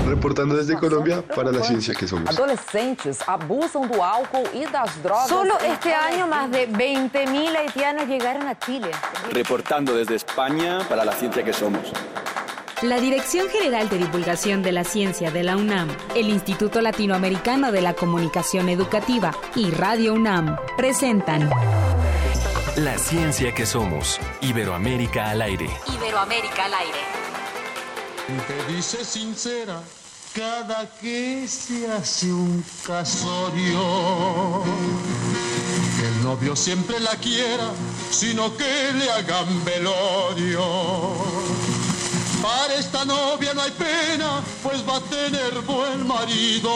Reportando desde Colombia para la ciencia que somos. Adolescentes abusan do álcool y das drogas. Solo este año más de 20.000 haitianos llegaron a Chile. Reportando desde España para la ciencia que somos. La Dirección General de Divulgación de la Ciencia de la UNAM, el Instituto Latinoamericano de la Comunicación Educativa y Radio UNAM presentan La ciencia que somos. Iberoamérica al aire. Iberoamérica al aire. Te dice sincera cada que se hace un casorio, que el novio siempre la quiera, sino que le hagan velorio. Para esta novia no hay pena, pues va a tener buen marido,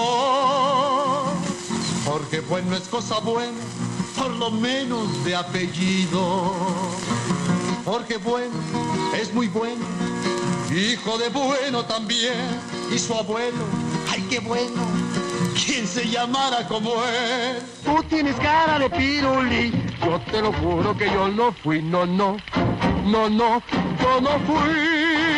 porque bueno es cosa buena, por lo menos de apellido, porque bueno es muy bueno, hijo de bueno también, y su abuelo, ay qué bueno, quien se llamara como él. Tú tienes cara de piruli, yo te lo juro que yo no fui, no, yo no fui.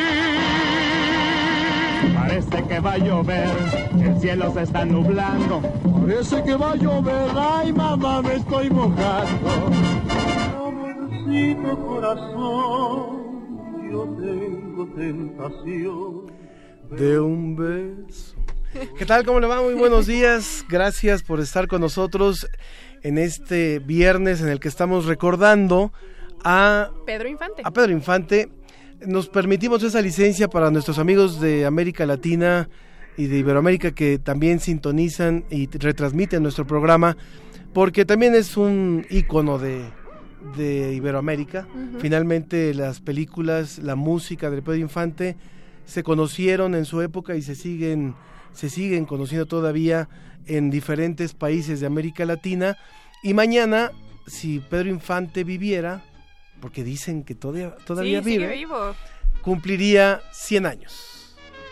Parece que va a llover, el cielo se está nublando. Parece que va a llover, ay mamá me estoy mojando. Amorcito corazón, yo tengo tentación de un beso. ¿Qué tal? ¿Cómo le va? Muy buenos días. Gracias por estar con nosotros en este viernes en el que estamos recordando a Pedro Infante. A Pedro Infante. Nos permitimos esa licencia para nuestros amigos de América Latina y de Iberoamérica que también sintonizan y retransmiten nuestro programa, porque también es un ícono de Iberoamérica. Uh-huh. Finalmente las películas, la música de Pedro Infante se conocieron en su época y se siguen conociendo todavía en diferentes países de América Latina. Y mañana, si Pedro Infante viviera, porque dicen que todavía sí, vive, vivo, cumpliría 100 años.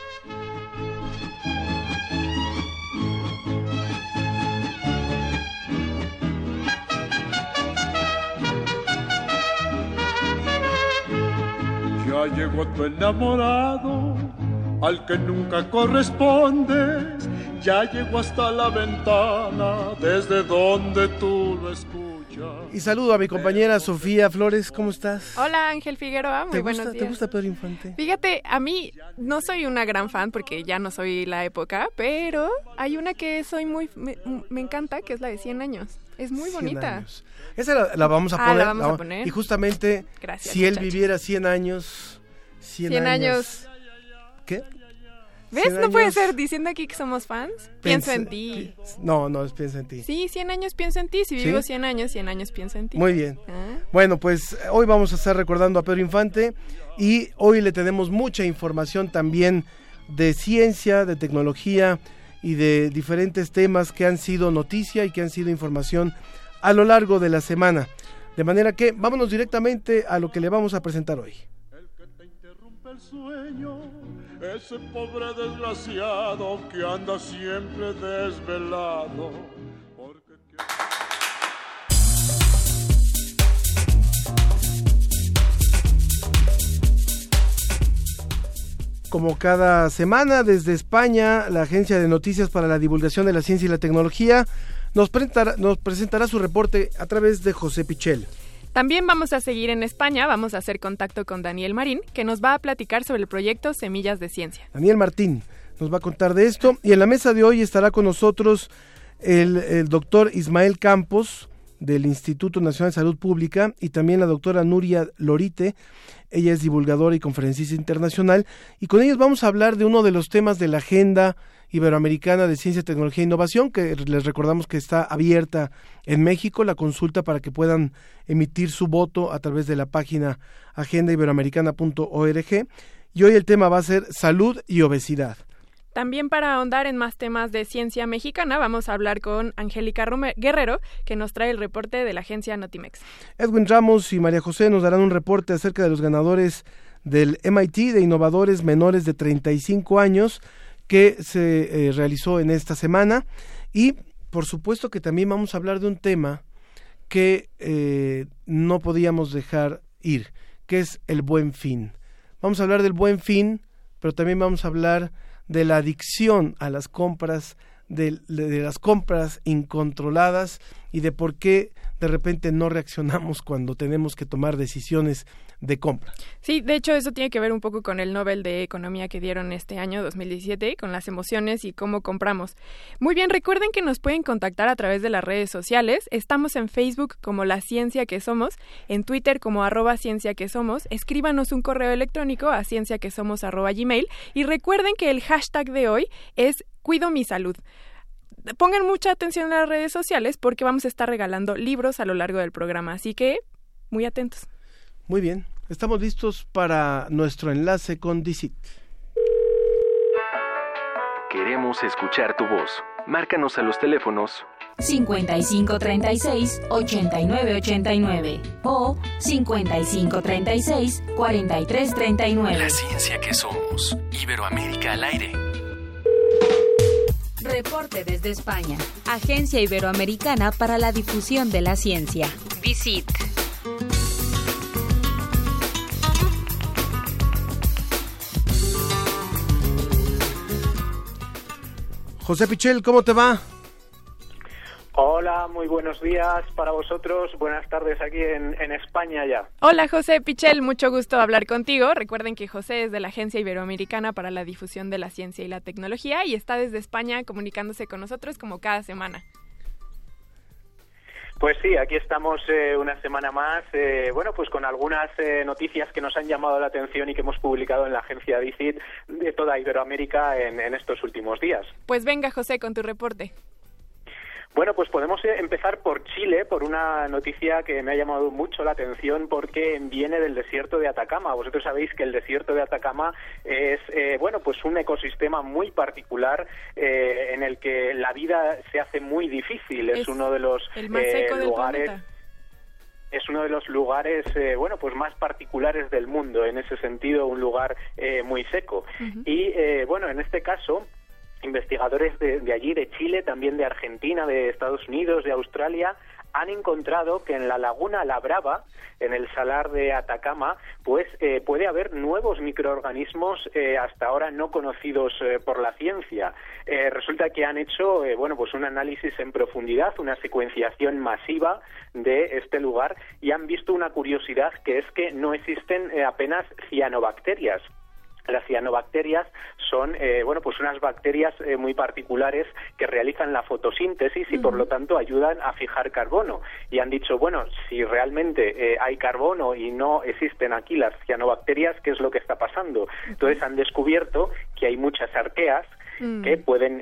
Ya llegó tu enamorado, al que nunca correspondes, ya llegó hasta la ventana, desde donde tú lo escuchas. Y saludo a mi compañera Sofía Flores, ¿cómo estás? Hola Ángel Figueroa, muy buenos días. ¿Te gusta Pedro Infante? Fíjate, a mí no soy una gran fan porque ya no soy la época, pero hay una que soy me encanta, que es la de 100 años. Es muy bonita. Años. Esa la vamos a poner. La vamos a poner. Y justamente, gracias, si él viviera 100 años... 100 años. ¿Qué? ¿Ves? No puede ser diciendo aquí que somos fans. Pienso en ti. No, es pienso en ti. Sí, 100 años pienso en ti. Si vivo 100 años pienso en ti. Muy bien. Bueno, pues hoy vamos a estar recordando a Pedro Infante y hoy le tenemos mucha información también de ciencia, de tecnología y de diferentes temas que han sido noticia y que han sido información a lo largo de la semana. De manera que vámonos directamente a lo que le vamos a presentar hoy. El sueño, ese pobre desgraciado que anda siempre desvelado. Como cada semana, desde España, la Agencia de Noticias para la Divulgación de la Ciencia y la Tecnología nos presentará su reporte a través de José Pichel. También vamos a seguir en España, vamos a hacer contacto con Daniel Marín, que nos va a platicar sobre el proyecto Semillas de Ciencia. Daniel Martín nos va a contar de esto, y en la mesa de hoy estará con nosotros el doctor Ismael Campos, del Instituto Nacional de Salud Pública, y también la doctora Nuria Lorite. Ella es divulgadora y conferencista internacional, y con ellos vamos a hablar de uno de los temas de la agenda iberoamericana de Ciencia, Tecnología e Innovación, que les recordamos que está abierta en México, la consulta para que puedan emitir su voto a través de la página agendaiberoamericana.org, y hoy el tema va a ser salud y obesidad. También para ahondar en más temas de ciencia mexicana, vamos a hablar con Angélica Guerrero, que nos trae el reporte de la agencia Notimex. Edwin Ramos y María José nos darán un reporte acerca de los ganadores del MIT de innovadores menores de 35 años, que se realizó en esta semana, y por supuesto que también vamos a hablar de un tema que no podíamos dejar ir, que es el Buen Fin. Vamos a hablar del Buen Fin, pero también vamos a hablar de la adicción a las compras, de las compras incontroladas y de por qué de repente no reaccionamos cuando tenemos que tomar decisiones de compra. Sí, de hecho eso tiene que ver un poco con el Nobel de Economía que dieron este año 2017, con las emociones y cómo compramos. Muy bien, recuerden que nos pueden contactar a través de las redes sociales. Estamos en Facebook como La Ciencia que Somos, en Twitter como @cienciaquesomos. Escríbanos un correo electrónico a cienciaquesomos@gmail y recuerden que el hashtag de hoy es Cuido mi salud. Pongan mucha atención a las redes sociales porque vamos a estar regalando libros a lo largo del programa, así que muy atentos. Muy bien, estamos listos para nuestro enlace con DICIT. Queremos escuchar tu voz. Márcanos a los teléfonos 5536-8989 o 5536-4339. La ciencia que somos. Iberoamérica al aire. Reporte desde España. Agencia Iberoamericana para la Difusión de la Ciencia. DICIT. José Pichel, ¿cómo te va? Hola, muy buenos días para vosotros. Buenas tardes aquí en España ya. Hola José Pichel, mucho gusto hablar contigo. Recuerden que José es de la Agencia Iberoamericana para la Difusión de la Ciencia y la Tecnología y está desde España comunicándose con nosotros como cada semana. Pues sí, aquí estamos una semana más, pues con algunas noticias que nos han llamado la atención y que hemos publicado en la agencia DICIT de toda Iberoamérica en estos últimos días. Pues venga José con tu reporte. Bueno, pues podemos empezar por Chile, por una noticia que me ha llamado mucho la atención porque viene del desierto de Atacama. Vosotros sabéis que el desierto de Atacama es, pues un ecosistema muy particular en el que la vida se hace muy difícil. Es uno de los lugares... Es uno de los lugares, pues más particulares del mundo, en ese sentido, un lugar muy seco. Uh-huh. Y, en este caso, investigadores de allí, de Chile, también de Argentina, de Estados Unidos, de Australia, han encontrado que en la laguna La Brava, en el salar de Atacama, pues puede haber nuevos microorganismos hasta ahora no conocidos por la ciencia. Resulta que han hecho un análisis en profundidad, una secuenciación masiva de este lugar y han visto una curiosidad que es que no existen apenas cianobacterias. Las cianobacterias son, unas bacterias muy particulares que realizan la fotosíntesis y, por lo tanto, ayudan a fijar carbono. Y han dicho, si realmente hay carbono y no existen aquí las cianobacterias, ¿qué es lo que está pasando? Entonces han descubierto que hay muchas arqueas que pueden,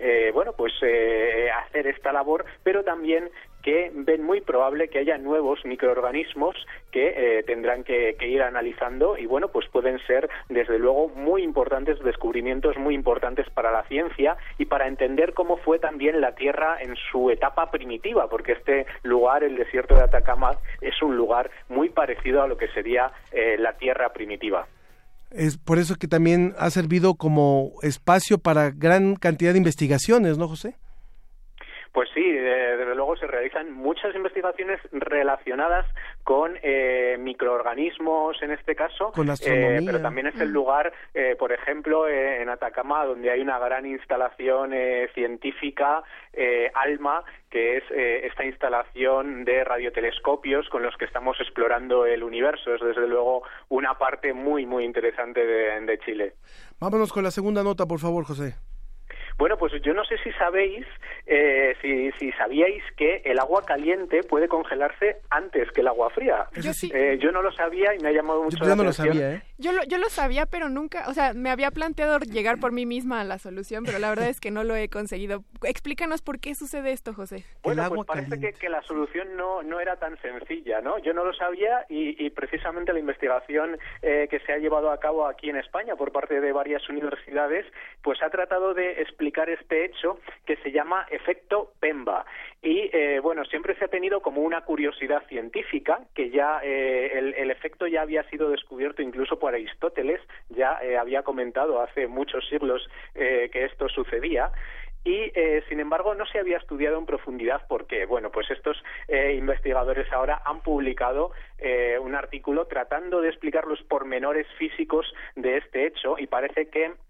hacer esta labor, pero también que ven muy probable que haya nuevos microorganismos que tendrán que ir analizando y pueden ser desde luego muy importantes descubrimientos, muy importantes para la ciencia y para entender cómo fue también la Tierra en su etapa primitiva, porque este lugar, el desierto de Atacama, es un lugar muy parecido a lo que sería la Tierra primitiva. Es por eso que también ha servido como espacio para gran cantidad de investigaciones, ¿no, José? Pues sí, desde luego se realizan muchas investigaciones relacionadas con microorganismos, en este caso, con astronomía. Pero también es el lugar, por ejemplo, en Atacama, donde hay una gran instalación científica, ALMA, que es esta instalación de radiotelescopios con los que estamos explorando el universo. Es desde luego una parte muy, muy interesante de Chile. Vámonos con la segunda nota, por favor, José. Bueno, pues yo no sé si sabéis, si sabíais que el agua caliente puede congelarse antes que el agua fría. Yo no lo sabía y me ha llamado mucho la atención. Yo no lo sabía, ¿eh? Yo lo sabía, pero nunca, me había planteado llegar por mí misma a la solución, pero la verdad es que no lo he conseguido. Explícanos por qué sucede esto, José. Bueno, pues parece que la solución no era tan sencilla, ¿no? Yo no lo sabía y precisamente la investigación que se ha llevado a cabo aquí en España por parte de varias universidades, pues ha tratado de explicar este hecho que se llama efecto Pemba. Y, siempre se ha tenido como una curiosidad científica, que ya el efecto ya había sido descubierto incluso por Aristóteles, ya había comentado hace muchos siglos que esto sucedía. Y, sin embargo, no se había estudiado en profundidad porque, pues estos investigadores ahora han publicado un artículo tratando de explicar los pormenores físicos de este hecho y parece que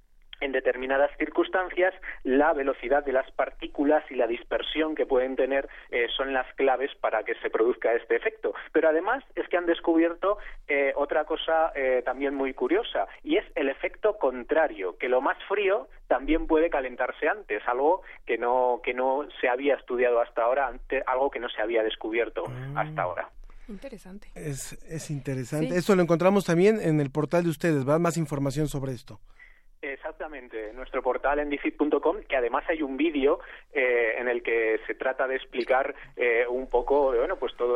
en determinadas circunstancias, la velocidad de las partículas y la dispersión que pueden tener son las claves para que se produzca este efecto. Pero además es que han descubierto otra cosa también muy curiosa, y es el efecto contrario, que lo más frío también puede calentarse antes, algo que no se había estudiado hasta ahora, algo que no se había descubierto hasta ahora. Interesante. Es interesante. Sí. Esto lo encontramos también en el portal de ustedes, ¿verdad? Más información sobre esto. Exactamente, en nuestro portal en difit.com, que además hay un vídeo en el que se trata de explicar un poco, bueno, pues todos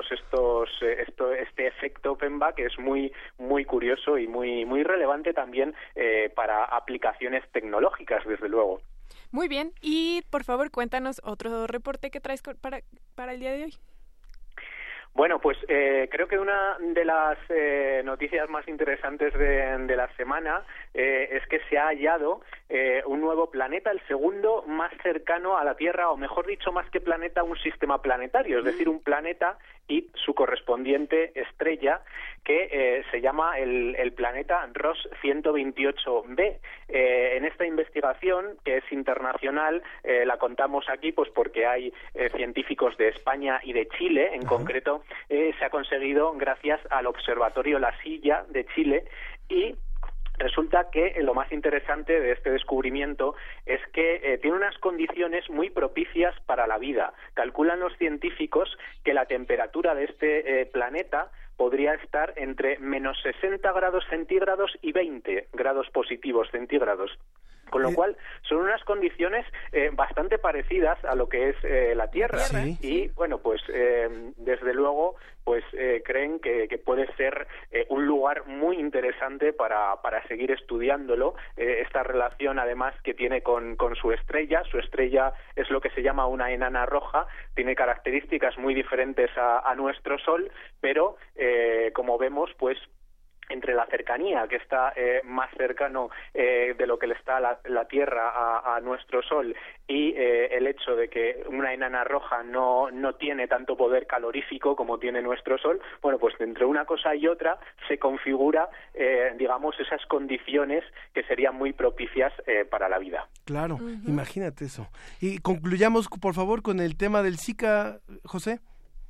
este efecto PEMBA, que es muy muy curioso y muy relevante también para aplicaciones tecnológicas, desde luego. Muy bien, y por favor cuéntanos otro reporte que traes para el día de hoy. Bueno, pues creo que una de las noticias más interesantes de la semana es que se ha hallado un nuevo planeta, el segundo más cercano a la Tierra, o mejor dicho, más que planeta, un sistema planetario, es decir, un planeta y su correspondiente estrella, que se llama el planeta Ross 128b. En esta investigación, que es internacional, la contamos aquí pues porque hay científicos de España y de Chile, en concreto, se ha conseguido gracias al Observatorio La Silla de Chile, y resulta que lo más interesante de este descubrimiento es que tiene unas condiciones muy propicias para la vida. Calculan los científicos que la temperatura de este planeta podría estar entre menos 60 grados centígrados y 20 grados positivos centígrados. Con lo cual, son unas condiciones bastante parecidas a lo que es la Tierra. Sí. Y, bueno, pues, desde luego, pues creen que puede ser un lugar muy interesante para seguir estudiándolo. Esta relación, además, que tiene con su estrella. Su estrella es lo que se llama una enana roja. Tiene características muy diferentes a nuestro Sol, pero, como vemos, pues, entre la cercanía, que está más cercano de lo que le está la Tierra a nuestro Sol, y el hecho de que una enana roja no tiene tanto poder calorífico como tiene nuestro Sol, bueno, pues entre una cosa y otra se configura, digamos, esas condiciones que serían muy propicias para la vida. Claro, imagínate eso. Y concluyamos, por favor, con el tema del Zika, José.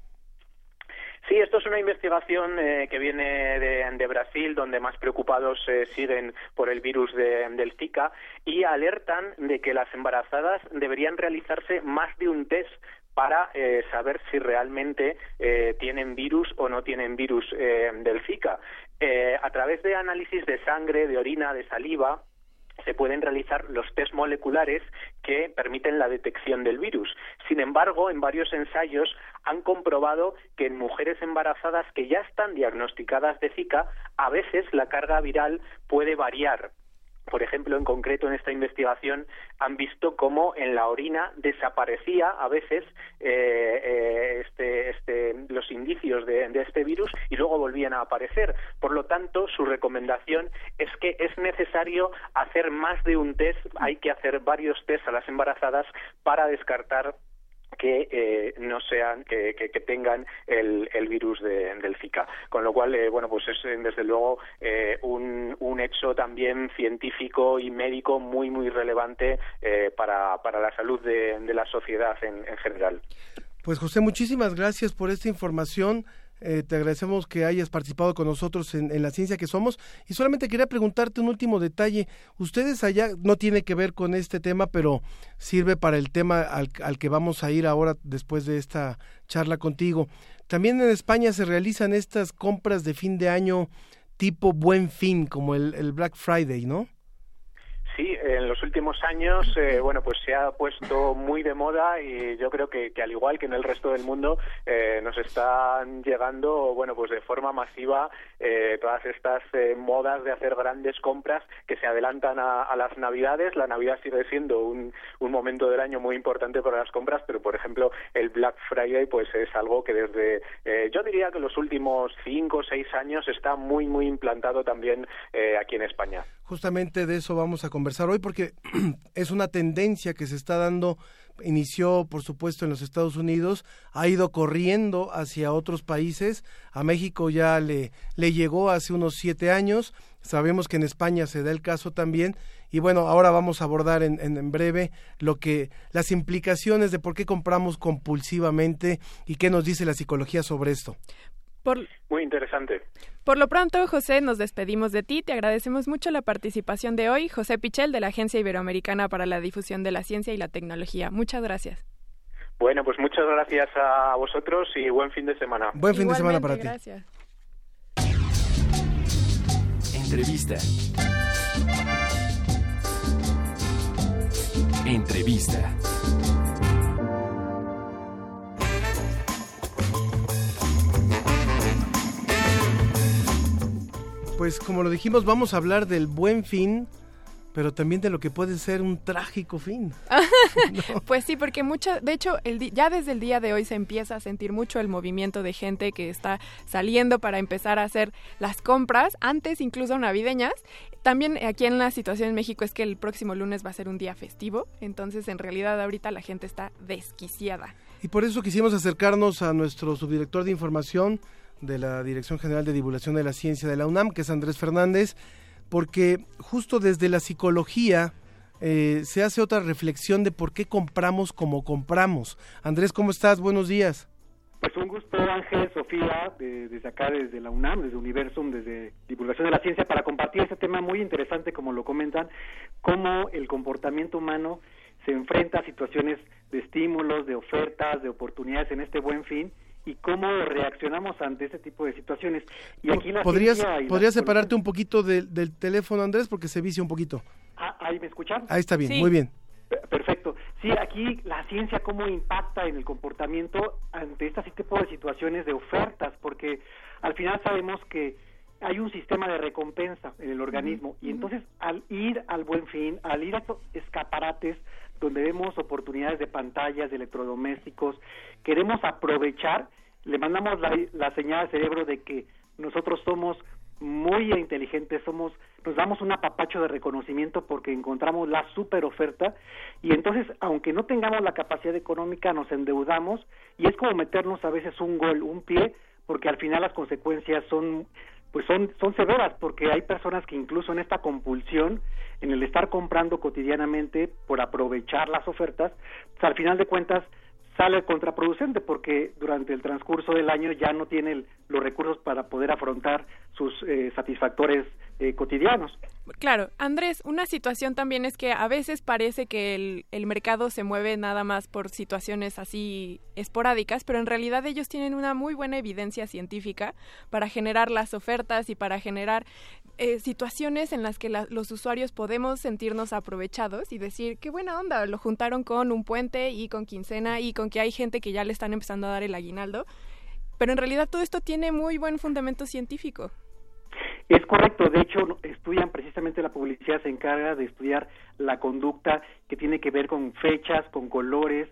Sí, esto es una investigación que viene de Brasil, donde más preocupados siguen por el virus del Zika, y alertan de que las embarazadas deberían realizarse más de un test para saber si realmente tienen virus o no tienen virus del Zika. A través de análisis de sangre, de orina, de saliva, se pueden realizar los test moleculares que permiten la detección del virus. Sin embargo, en varios ensayos han comprobado que en mujeres embarazadas que ya están diagnosticadas de Zika, a veces la carga viral puede variar. Por ejemplo, en concreto en esta investigación han visto cómo en la orina desaparecía a veces los indicios de este virus y luego volvían a aparecer. Por lo tanto, su recomendación es que es necesario hacer más de un test, hay que hacer varios tests a las embarazadas para descartar que no sean, que tengan el virus del Zika. Con lo cual, bueno, pues es desde luego un hecho también científico y médico muy, muy relevante para la salud de la sociedad en general. Pues José, muchísimas gracias por esta información. Te agradecemos que hayas participado con nosotros en La Ciencia que Somos, y solamente quería preguntarte un último detalle. Ustedes allá, no tiene que ver con este tema, pero sirve para el tema al que vamos a ir ahora después de esta charla contigo. También en España se realizan estas compras de fin de año tipo Buen Fin, como el Black Friday, ¿no? Sí, en los últimos años, bueno, pues se ha puesto muy de moda, y yo creo que al igual que en el resto del mundo, nos están llegando, bueno, pues de forma masiva todas estas modas de hacer grandes compras que se adelantan a las Navidades. La Navidad sigue siendo un momento del año muy importante para las compras, pero por ejemplo el Black Friday pues es algo que desde, yo diría que los últimos 5 o 6 años está muy, muy implantado también aquí en España. Justamente de eso vamos a conversar hoy, porque es una tendencia que se está dando. Inició, por supuesto, en los Estados Unidos, ha ido corriendo hacia otros países. A México ya le llegó hace unos 7 años. Sabemos que en España se da el caso también. Y bueno, ahora vamos a abordar en breve las implicaciones de por qué compramos compulsivamente y qué nos dice la psicología sobre esto. Muy interesante. Por lo pronto, José, nos despedimos de ti. Te agradecemos mucho la participación de hoy. José Pichel, de la Agencia Iberoamericana para la Difusión de la Ciencia y la Tecnología. Muchas gracias. Bueno, pues muchas gracias a vosotros y buen fin de semana. Buen fin de semana para ti. Gracias. Entrevista. Entrevista. Pues como lo dijimos, vamos a hablar del Buen Fin, pero también de lo que puede ser un trágico fin. ¿No? Pues sí, porque de hecho, ya desde el día de hoy se empieza a sentir mucho el movimiento de gente que está saliendo para empezar a hacer las compras, antes incluso navideñas. También aquí en la situación en México es que el próximo lunes va a ser un día festivo, entonces en realidad ahorita la gente está desquiciada. Y por eso quisimos acercarnos a nuestro subdirector de información de la Dirección General de Divulgación de la Ciencia de la UNAM, que es Andrés Fernández, porque justo desde la psicología se hace otra reflexión de por qué compramos como compramos. Andrés, ¿cómo estás? Buenos días. Pues un gusto, Ángel, Sofía, desde acá, desde la UNAM, desde Universum, desde Divulgación de la Ciencia, para compartir este tema muy interesante, como lo comentan, cómo el comportamiento humano se enfrenta a situaciones de estímulos, de ofertas, de oportunidades en este Buen Fin, y cómo reaccionamos ante este tipo de situaciones. Y aquí ¿Podrías separarte un poquito del teléfono, Andrés, porque se vicia un poquito? ¿Ahí me escuchan? Ahí está bien, sí. Muy bien. Perfecto. Sí, aquí la ciencia cómo impacta en el comportamiento ante este tipo de situaciones de ofertas, porque al final sabemos que hay un sistema de recompensa en el organismo, y entonces al ir al Buen Fin, al ir a estos escaparates donde vemos oportunidades de pantallas, de electrodomésticos, queremos aprovechar, le mandamos la señal al cerebro de que nosotros somos muy inteligentes, nos damos un apapacho de reconocimiento porque encontramos la super oferta, y entonces, aunque no tengamos la capacidad económica, nos endeudamos, y es como meternos a veces un pie, porque al final las consecuencias son severas, porque hay personas que incluso en esta compulsión, en el estar comprando cotidianamente por aprovechar las ofertas, pues al final de cuentas sale contraproducente, porque durante el transcurso del año ya no tiene los recursos para poder afrontar sus satisfactores cotidianos. Claro, Andrés, una situación también es que a veces parece que el mercado se mueve nada más por situaciones así esporádicas, pero en realidad ellos tienen una muy buena evidencia científica para generar las ofertas y para generar situaciones en las que los usuarios podemos sentirnos aprovechados y decir, qué buena onda, lo juntaron con un puente y con quincena y con que hay gente que ya le están empezando a dar el aguinaldo, pero en realidad todo esto tiene muy buen fundamento científico. Es correcto, de hecho estudian precisamente, la publicidad se encarga de estudiar la conducta que tiene que ver con fechas, con colores,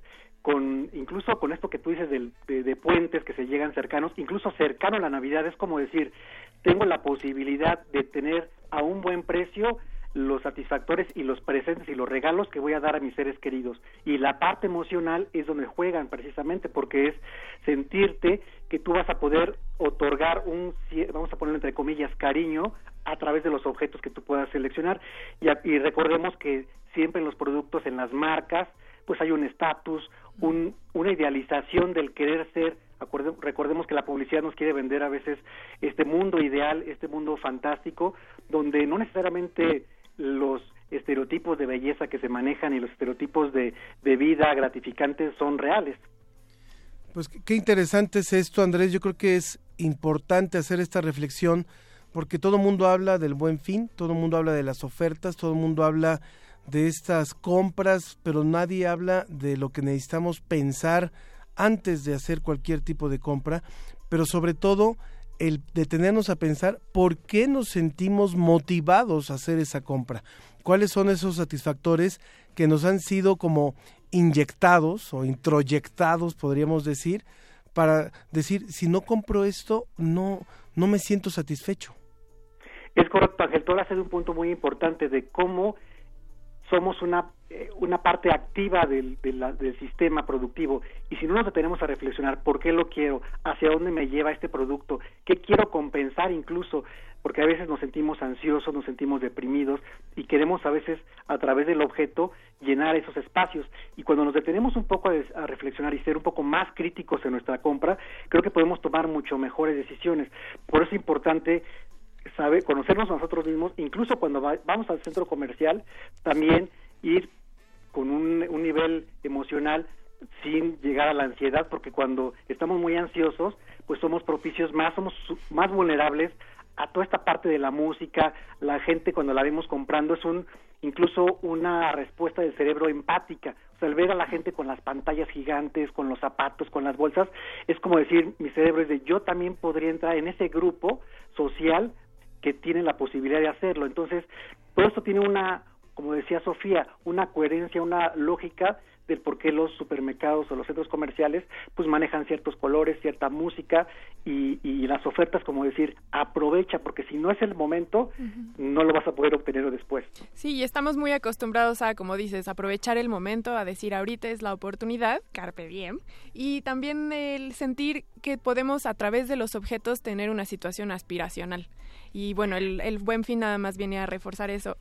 incluso con esto que tú dices de puentes que se llegan cercanos, incluso cercano a la Navidad. Es como decir, tengo la posibilidad de tener a un buen precio los satisfactores y los presentes y los regalos que voy a dar a mis seres queridos, y la parte emocional es donde juegan precisamente, porque es sentirte que tú vas a poder otorgar vamos a ponerlo entre comillas, cariño a través de los objetos que tú puedas seleccionar, y recordemos que siempre en los productos, en las marcas, pues hay un estatus, una idealización del querer ser. Recordemos que la publicidad nos quiere vender a veces este mundo ideal, este mundo fantástico, donde no necesariamente los estereotipos de belleza que se manejan y los estereotipos de vida gratificantes son reales. Pues qué interesante es esto, Andrés. Yo creo que es importante hacer esta reflexión, porque todo el mundo habla del Buen Fin, todo el mundo habla de las ofertas, todo el mundo habla de estas compras, pero nadie habla de lo que necesitamos pensar antes de hacer cualquier tipo de compra, pero sobre todo el detenernos a pensar por qué nos sentimos motivados a hacer esa compra, cuáles son esos satisfactores que nos han sido como inyectados o introyectados, podríamos decir, para decir, si no compro esto, no me siento satisfecho. Es correcto, Ángel, tú hablas de un punto muy importante de cómo somos una parte activa del sistema productivo, y si no nos detenemos a reflexionar por qué lo quiero, hacia dónde me lleva este producto, qué quiero compensar incluso, porque a veces nos sentimos ansiosos, nos sentimos deprimidos y queremos a veces a través del objeto llenar esos espacios, y cuando nos detenemos un poco a reflexionar y ser un poco más críticos en nuestra compra, creo que podemos tomar mucho mejores decisiones. Por eso es importante conocernos a nosotros mismos, incluso cuando vamos al centro comercial, también ir con un nivel emocional sin llegar a la ansiedad, porque cuando estamos muy ansiosos, pues somos más vulnerables a toda esta parte de la música. La gente, cuando la vemos comprando, es incluso una respuesta del cerebro empática. O sea, el ver a la gente con las pantallas gigantes, con los zapatos, con las bolsas, es como decir, mi cerebro es de, yo también podría entrar en ese grupo social que tiene la posibilidad de hacerlo. Entonces, todo esto tiene como decía Sofía, una coherencia, una lógica del por qué los supermercados o los centros comerciales pues manejan ciertos colores, cierta música y las ofertas, como decir, aprovecha, porque si no es el momento, no lo vas a poder obtener después. Sí, y estamos muy acostumbrados a, como dices, aprovechar el momento, a decir ahorita es la oportunidad, carpe diem, y también el sentir que podemos a través de los objetos tener una situación aspiracional. Y bueno, el Buen Fin nada más viene a reforzar eso.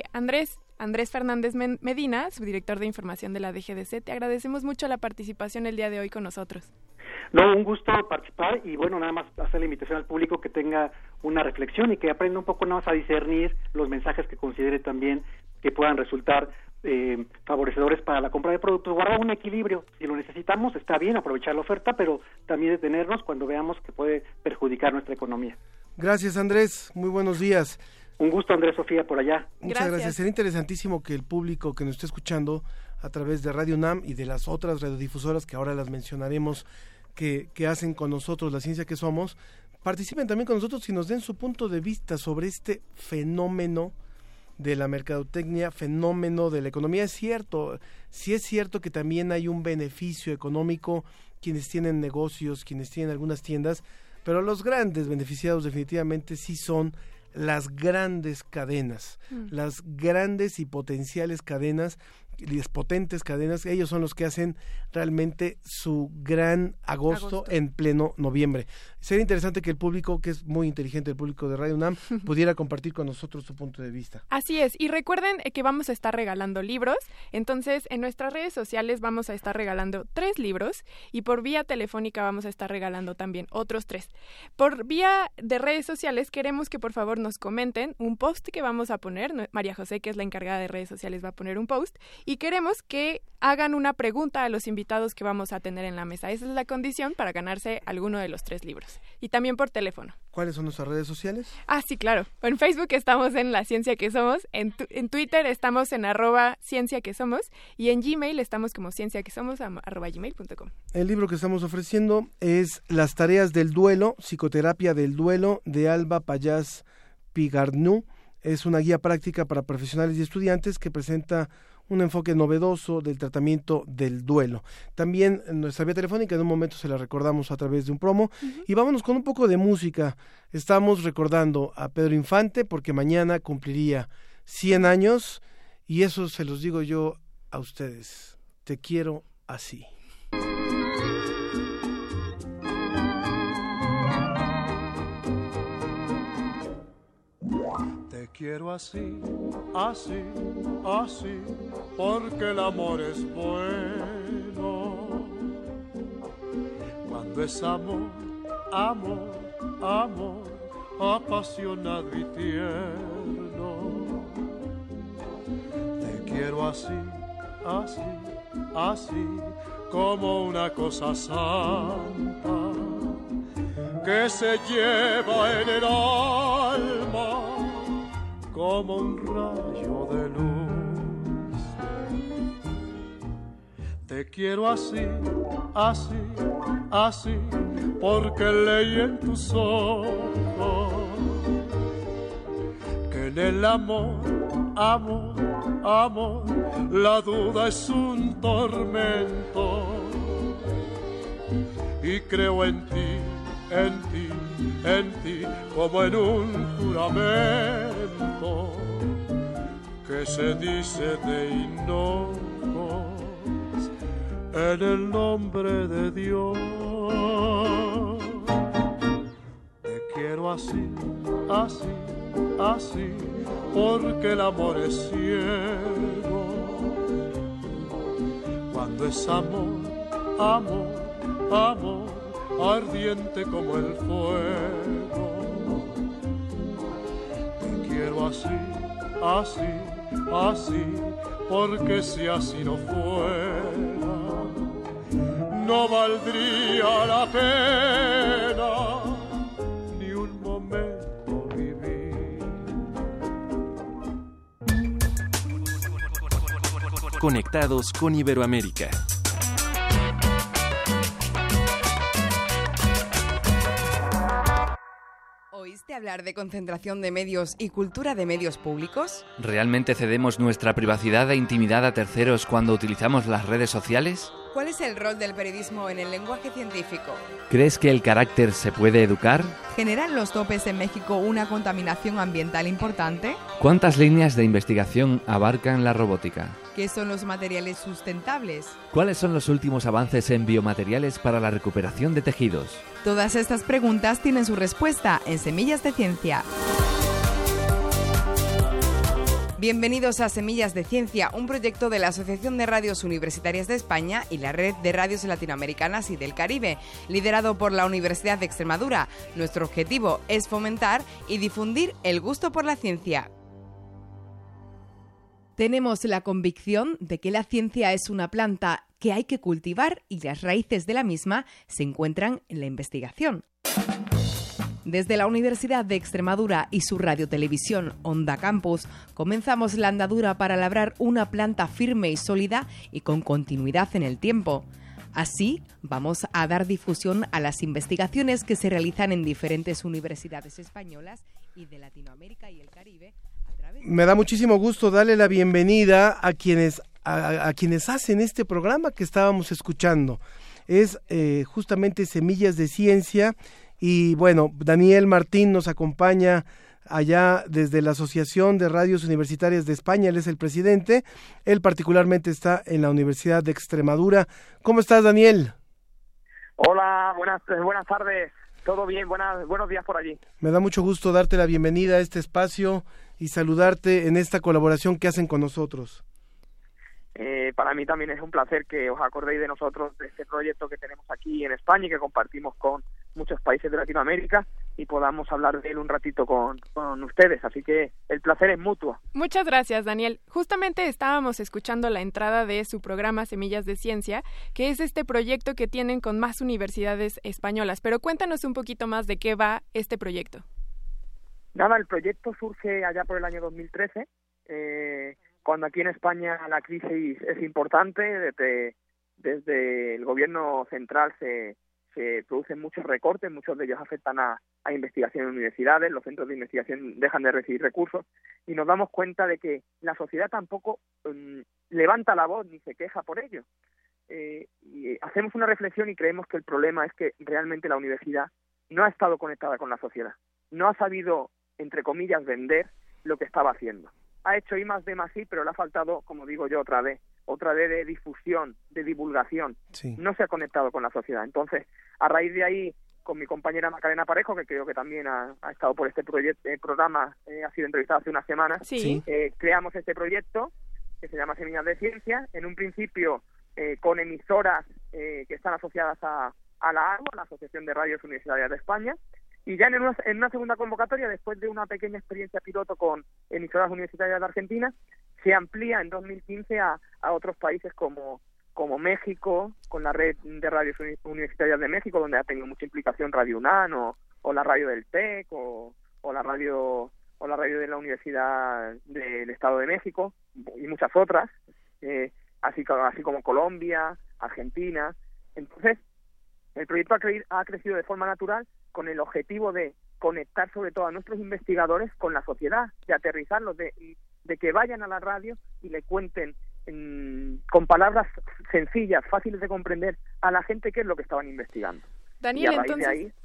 Andrés Fernández Medina, subdirector de información de la DGDC, te agradecemos mucho la participación el día de hoy con nosotros. No, un gusto participar, y bueno, nada más hacer la invitación al público que tenga una reflexión y que aprenda un poco nada más a discernir los mensajes que considere también que puedan resultar favorecedores para la compra de productos. Guardar un equilibrio, si lo necesitamos está bien aprovechar la oferta, pero también detenernos cuando veamos que puede perjudicar nuestra economía. Gracias, Andrés, muy buenos días. Un gusto, Andrés, Sofía, por allá. Muchas gracias. Sería interesantísimo que el público que nos esté escuchando a través de Radio UNAM y de las otras radiodifusoras que ahora las mencionaremos, que hacen con nosotros La Ciencia que Somos, participen también con nosotros y nos den su punto de vista sobre este fenómeno de la mercadotecnia, fenómeno de la economía. Es cierto, sí es cierto que también hay un beneficio económico quienes tienen negocios, quienes tienen algunas tiendas, pero los grandes beneficiados definitivamente sí son las grandes cadenas, las grandes y potenciales cadenas, las potentes cadenas. Ellos son los que hacen realmente su gran agosto en pleno noviembre. Sería interesante que el público, que es muy inteligente, el público de Radio UNAM, pudiera compartir con nosotros su punto de vista. Así es, y recuerden que vamos a estar regalando libros. Entonces en nuestras redes sociales vamos a estar regalando 3 libros, y por vía telefónica vamos a estar regalando también otros 3. Por vía de redes sociales queremos que por favor nos comenten un post que vamos a poner. María José, que es la encargada de redes sociales, va a poner un post, y queremos que hagan una pregunta a los invitados que vamos a tener en la mesa. Esa es la condición para ganarse alguno de los 3 libros. Y también por teléfono. ¿Cuáles son nuestras redes sociales? Sí, claro. En Facebook estamos en La Ciencia que Somos, en Twitter estamos en @Ciencia que Somos, y en Gmail estamos como cienciaquesomos @gmail.com. El libro que estamos ofreciendo es Las tareas del duelo, psicoterapia del duelo, de Alba Payás Pigarnú. Es una guía práctica para profesionales y estudiantes que presenta un enfoque novedoso del tratamiento del duelo. También en nuestra vía telefónica, en un momento se la recordamos a través de un promo. Y vámonos con un poco de música. Estamos recordando a Pedro Infante porque mañana cumpliría 100 años, y eso se los digo yo a ustedes. Te quiero así. Te quiero así, así, así, porque el amor es bueno. Cuando es amor, amor, amor, apasionado y tierno. Te quiero así, así, así, como una cosa santa que se lleva en el alma como un rayo de luz. Te quiero así, así, así, porque leí en tus ojos que en el amor, amor, amor, la duda es un tormento. Y creo en ti, en ti, en ti, como en un juramento, que se dice de hinojos en el nombre de Dios. Te quiero así, así, así, porque el amor es ciego. Cuando es amor, amor, amor, ardiente como el fuego. Te quiero así, así, así, porque si así no fuera, no valdría la pena ni un momento vivir. Conectados con Iberoamérica. ¿Oíste hablar de concentración de medios y cultura de medios públicos? ¿Realmente cedemos nuestra privacidad e intimidad a terceros cuando utilizamos las redes sociales? ¿Cuál es el rol del periodismo en el lenguaje científico? ¿Crees que el carácter se puede educar? ¿Generan los topes en México una contaminación ambiental importante? ¿Cuántas líneas de investigación abarcan la robótica? ¿Qué son los materiales sustentables? ¿Cuáles son los últimos avances en biomateriales para la recuperación de tejidos? Todas estas preguntas tienen su respuesta en Semillas de Ciencia. Bienvenidos a Semillas de Ciencia, un proyecto de la Asociación de Radios Universitarias de España y la Red de Radios Latinoamericanas y del Caribe, liderado por la Universidad de Extremadura. Nuestro objetivo es fomentar y difundir el gusto por la ciencia. Tenemos la convicción de que la ciencia es una planta que hay que cultivar y las raíces de la misma se encuentran en la investigación. Desde la Universidad de Extremadura y su radiotelevisión Onda Campus, comenzamos la andadura para labrar una planta firme y sólida y con continuidad en el tiempo. Así, vamos a dar difusión a las investigaciones que se realizan en diferentes universidades españolas y de Latinoamérica y el Caribe. Me da muchísimo gusto darle la bienvenida a quienes hacen este programa que estábamos escuchando. Es justamente Semillas de Ciencia. Y bueno, Daniel Martín nos acompaña allá desde la Asociación de Radios Universitarias de España, él es el presidente, él particularmente está en la Universidad de Extremadura. ¿Cómo estás, Daniel? Hola, buenas tardes, todo bien, buenos días por allí. Me da mucho gusto darte la bienvenida a este espacio y saludarte en esta colaboración que hacen con nosotros. Para mí también es un placer que os acordéis de nosotros, de este proyecto que tenemos aquí en España y que compartimos con muchos países de Latinoamérica y podamos hablar de él un ratito con ustedes, así que el placer es mutuo. Muchas gracias, Daniel. Justamente estábamos escuchando la entrada de su programa Semillas de Ciencia, que es este proyecto que tienen con más universidades españolas, pero cuéntanos un poquito más de qué va este proyecto. Nada, el proyecto surge allá por el año 2013, cuando aquí en España la crisis es importante, desde el gobierno central se producen muchos recortes, muchos de ellos afectan a investigación en universidades, los centros de investigación dejan de recibir recursos y nos damos cuenta de que la sociedad tampoco levanta la voz ni se queja por ello. Y hacemos una reflexión y creemos que el problema es que realmente la universidad no ha estado conectada con la sociedad, no ha sabido, entre comillas, vender lo que estaba haciendo. Ha hecho I+D+I, pero le ha faltado, como digo yo otra vez de difusión, de divulgación. Sí. No se ha conectado con la sociedad. Entonces, a raíz de ahí, con mi compañera Macarena Parejo, que creo que también ha estado por este programa, ha sido entrevistada hace unas semanas, sí. Creamos este proyecto que se llama Semillas de Ciencia, en un principio con emisoras que están asociadas a la ARU, a la Asociación de Radios Universitarias de España, y ya en una segunda convocatoria, después de una pequeña experiencia piloto con emisoras universitarias de Argentina, se amplía en 2015 a otros países como México, con la red de radios universitarias de México, donde ha tenido mucha implicación Radio UNAM o la radio del TEC o la radio de la Universidad del Estado de México y muchas otras, así como Colombia, Argentina. Entonces, el proyecto ha crecido de forma natural con el objetivo de conectar sobre todo a nuestros investigadores con la sociedad, de aterrizarlos, de que vayan a la radio y le cuenten con palabras sencillas, fáciles de comprender a la gente qué es lo que estaban investigando. Daniel, y a raíz entonces, de ahí,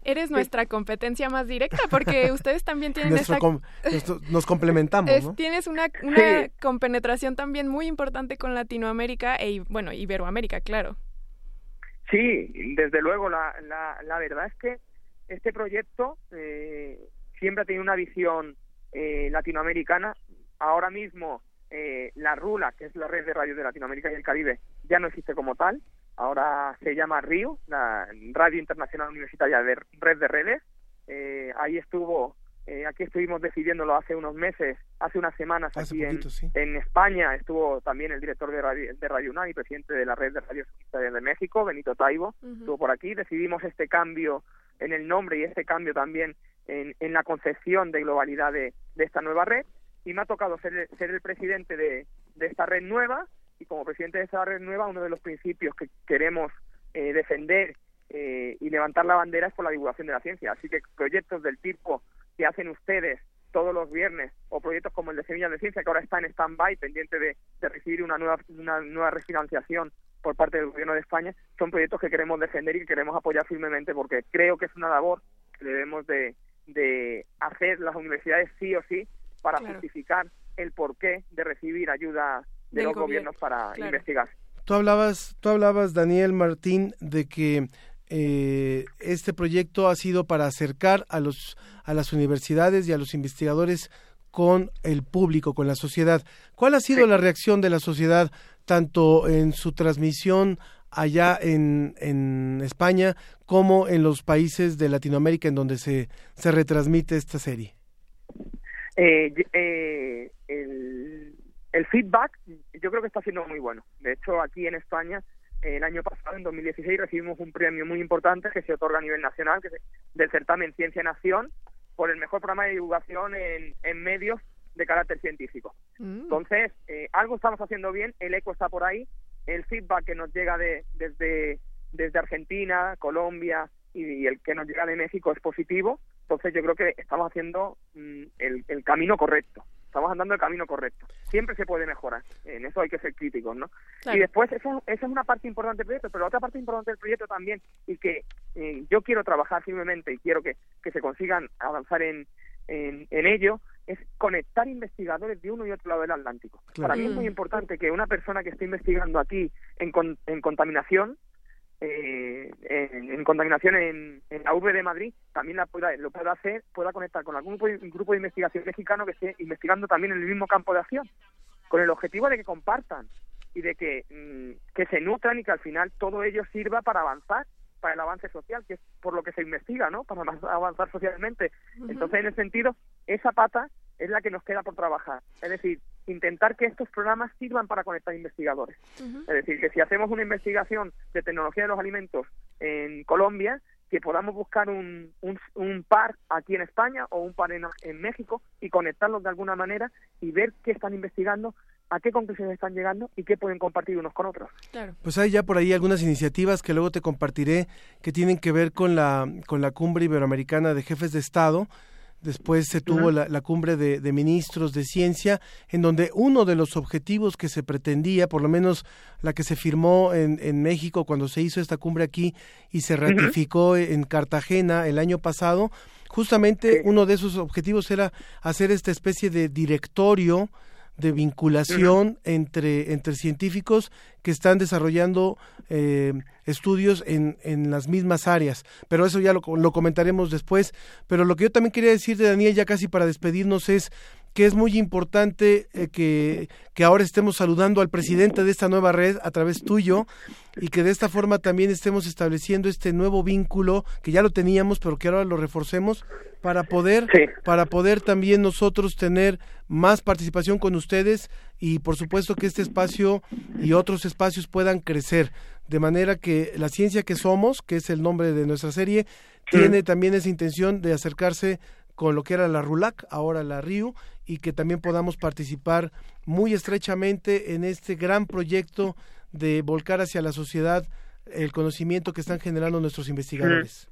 Eres nuestra competencia más directa porque ustedes también tienen nos complementamos, ¿no? Tienes una compenetración también muy importante con Latinoamérica e Iberoamérica, claro. Sí, desde luego. La verdad es que este proyecto siempre ha tenido una visión latinoamericana. Ahora mismo la RULA, que es la red de radios de Latinoamérica y el Caribe, ya no existe como tal. Ahora se llama RIU, la Radio Internacional Universitaria de Red de Redes. Ahí aquí estuvimos decidiéndolo hace unos meses, hace unas semanas, en España estuvo también el director de Radio UNAM y presidente de la red de radios universitarias de México, Benito Taibo, estuvo por aquí. Decidimos este cambio en el nombre y este cambio también en la concepción de globalidad de esta nueva red, y me ha tocado ser el presidente de esta red nueva, y como presidente de esta red nueva, uno de los principios que queremos defender y levantar la bandera es por la divulgación de la ciencia. Así que proyectos del tipo que hacen ustedes todos los viernes, o proyectos como el de Semillas de Ciencia, que ahora está en stand-by, pendiente de recibir una nueva refinanciación por parte del Gobierno de España, son proyectos que queremos defender y que queremos apoyar firmemente, porque creo que es una labor que debemos de hacer las universidades sí o sí para justificar el porqué de recibir ayuda de los gobiernos para investigar. Tú hablabas, Daniel Martín, de que este proyecto ha sido para acercar a las universidades y a los investigadores con el público, con la sociedad. ¿Cuál ha sido la reacción de la sociedad, tanto en su transmisión allá en España como en los países de Latinoamérica en donde se retransmite esta serie? El feedback yo creo que está siendo muy bueno. De hecho, aquí en España, el año pasado, en 2016, recibimos un premio muy importante que se otorga a nivel nacional, que es del certamen Ciencia Nación, por el mejor programa de divulgación en medios de carácter científico. Entonces, algo estamos haciendo bien, el eco está por ahí, el feedback que nos llega desde Argentina, Colombia y el que nos llega de México es positivo. Entonces yo creo que estamos haciendo el camino correcto. Estamos andando el camino correcto. Siempre se puede mejorar. En eso hay que ser críticos, ¿no? Claro. Y después, esa es una parte importante del proyecto, pero la otra parte importante del proyecto también, y que yo quiero trabajar firmemente y quiero que se consigan avanzar en ello, es conectar investigadores de uno y otro lado del Atlántico. Claro. Para mí es muy importante que una persona que esté investigando aquí en contaminación, en la urbe de Madrid, también lo pueda hacer, pueda conectar con algún grupo de investigación mexicano que esté investigando también en el mismo campo de acción, con el objetivo de que compartan y de que se nutran y que al final todo ello sirva para avanzar, para el avance social, que es por lo que se investiga, ¿no? Para avanzar socialmente. Entonces, en ese sentido, esa pata es la que nos queda por trabajar. Es decir, intentar que estos programas sirvan para conectar investigadores. Es decir, que si hacemos una investigación de tecnología de los alimentos en Colombia, que podamos buscar un par aquí en España o un par en México y conectarlos de alguna manera y ver qué están investigando, a qué conclusiones están llegando y qué pueden compartir unos con otros. Claro. Pues hay ya por ahí algunas iniciativas que luego te compartiré que tienen que ver con la Cumbre Iberoamericana de Jefes de Estado. Después se tuvo la cumbre de ministros de ciencia, en donde uno de los objetivos que se pretendía, por lo menos la que se firmó en México cuando se hizo esta cumbre aquí y se ratificó en Cartagena el año pasado, justamente uno de esos objetivos era hacer esta especie de directorio de vinculación entre científicos que están desarrollando estudios en las mismas áreas, pero eso ya lo comentaremos después. Pero lo que yo también quería decir de Daniel, ya casi para despedirnos, es que es muy importante que ahora estemos saludando al presidente de esta nueva red a través tuyo, y que de esta forma también estemos estableciendo este nuevo vínculo que ya lo teníamos, pero que ahora lo reforcemos para poder también nosotros tener más participación con ustedes, y por supuesto que este espacio y otros espacios puedan crecer, de manera que la ciencia que somos, que es el nombre de nuestra serie, tiene también esa intención de acercarse con lo que era la RULAC, ahora la RIU, y que también podamos participar muy estrechamente en este gran proyecto de volcar hacia la sociedad el conocimiento que están generando nuestros investigadores.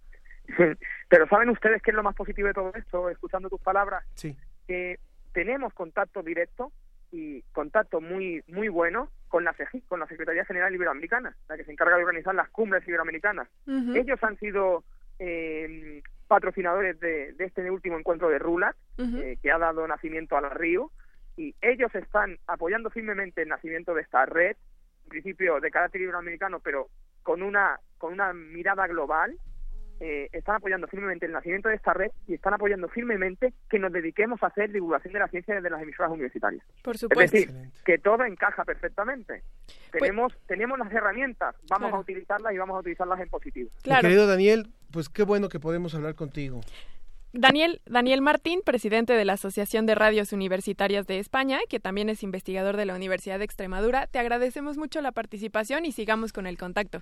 Pero ¿saben ustedes qué es lo más positivo de todo esto? Escuchando tus palabras, que tenemos contacto directo y contacto muy muy bueno con la CEGIC, con la Secretaría General Iberoamericana, la que se encarga de organizar las cumbres iberoamericanas. Ellos han sido patrocinadores de este último encuentro de RULAC, que ha dado nacimiento a la Río, y ellos están apoyando firmemente el nacimiento de esta red, en principio de carácter iberoamericano, pero con una mirada global. Están apoyando firmemente el nacimiento de esta red y están apoyando firmemente que nos dediquemos a hacer divulgación de la ciencia desde las emisoras universitarias. Por supuesto. Es decir, que todo encaja perfectamente. Tenemos las herramientas, vamos a utilizarlas y vamos a utilizarlas en positivo. Mi querido Daniel, pues qué bueno que podemos hablar contigo. Daniel Martín, presidente de la Asociación de Radios Universitarias de España, que también es investigador de la Universidad de Extremadura, te agradecemos mucho la participación y sigamos con el contacto.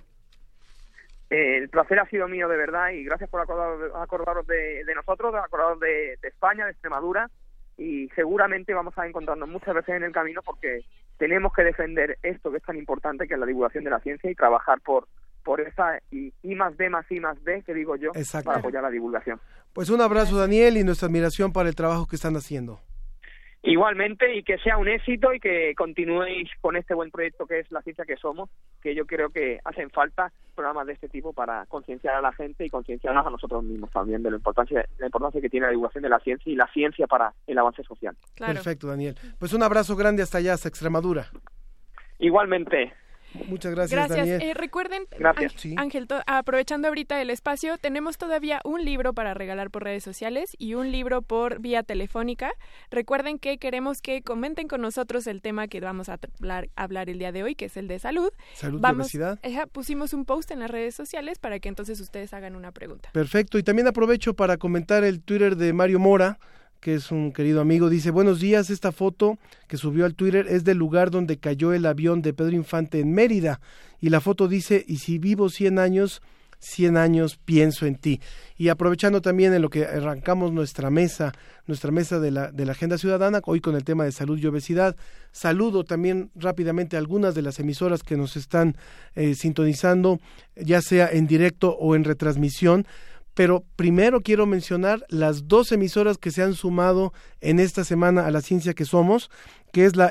El placer ha sido mío de verdad y gracias por acordaros de nosotros, acordaros de España, de Extremadura, y seguramente vamos a encontrarnos muchas veces en el camino porque tenemos que defender esto que es tan importante, que es la divulgación de la ciencia, y trabajar por esa I+D+I+D que digo yo, exacto, para apoyar la divulgación. Pues un abrazo, Daniel, y nuestra admiración para el trabajo que están haciendo. Igualmente, y que sea un éxito y que continuéis con este buen proyecto que es La Ciencia que Somos, que yo creo que hacen falta programas de este tipo para concienciar a la gente y concienciarnos a nosotros mismos también de la importancia que tiene la divulgación de la ciencia y la ciencia para el avance social. Claro. Perfecto, Daniel. Pues un abrazo grande hasta allá, hasta Extremadura. Igualmente. Muchas gracias, Daniel. Recuerden, gracias. Ángel, aprovechando ahorita el espacio, tenemos todavía un libro para regalar por redes sociales y un libro por vía telefónica. Recuerden que queremos que comenten con nosotros el tema que vamos a hablar el día de hoy, que es el de salud. Salud y obesidad. Pusimos un post en las redes sociales para que entonces ustedes hagan una pregunta. Perfecto, y también aprovecho para comentar el Twitter de Mario Mora, que es un querido amigo. Dice: buenos días, esta foto que subió al Twitter es del lugar donde cayó el avión de Pedro Infante en Mérida, y la foto dice: y si vivo 100 años pienso en ti. Y aprovechando también en lo que arrancamos nuestra mesa de la Agenda Ciudadana, hoy con el tema de salud y obesidad, saludo también rápidamente a algunas de las emisoras que nos están sintonizando, ya sea en directo o en retransmisión. Pero primero quiero mencionar las 2 emisoras que se han sumado en esta semana a La Ciencia que Somos, que es la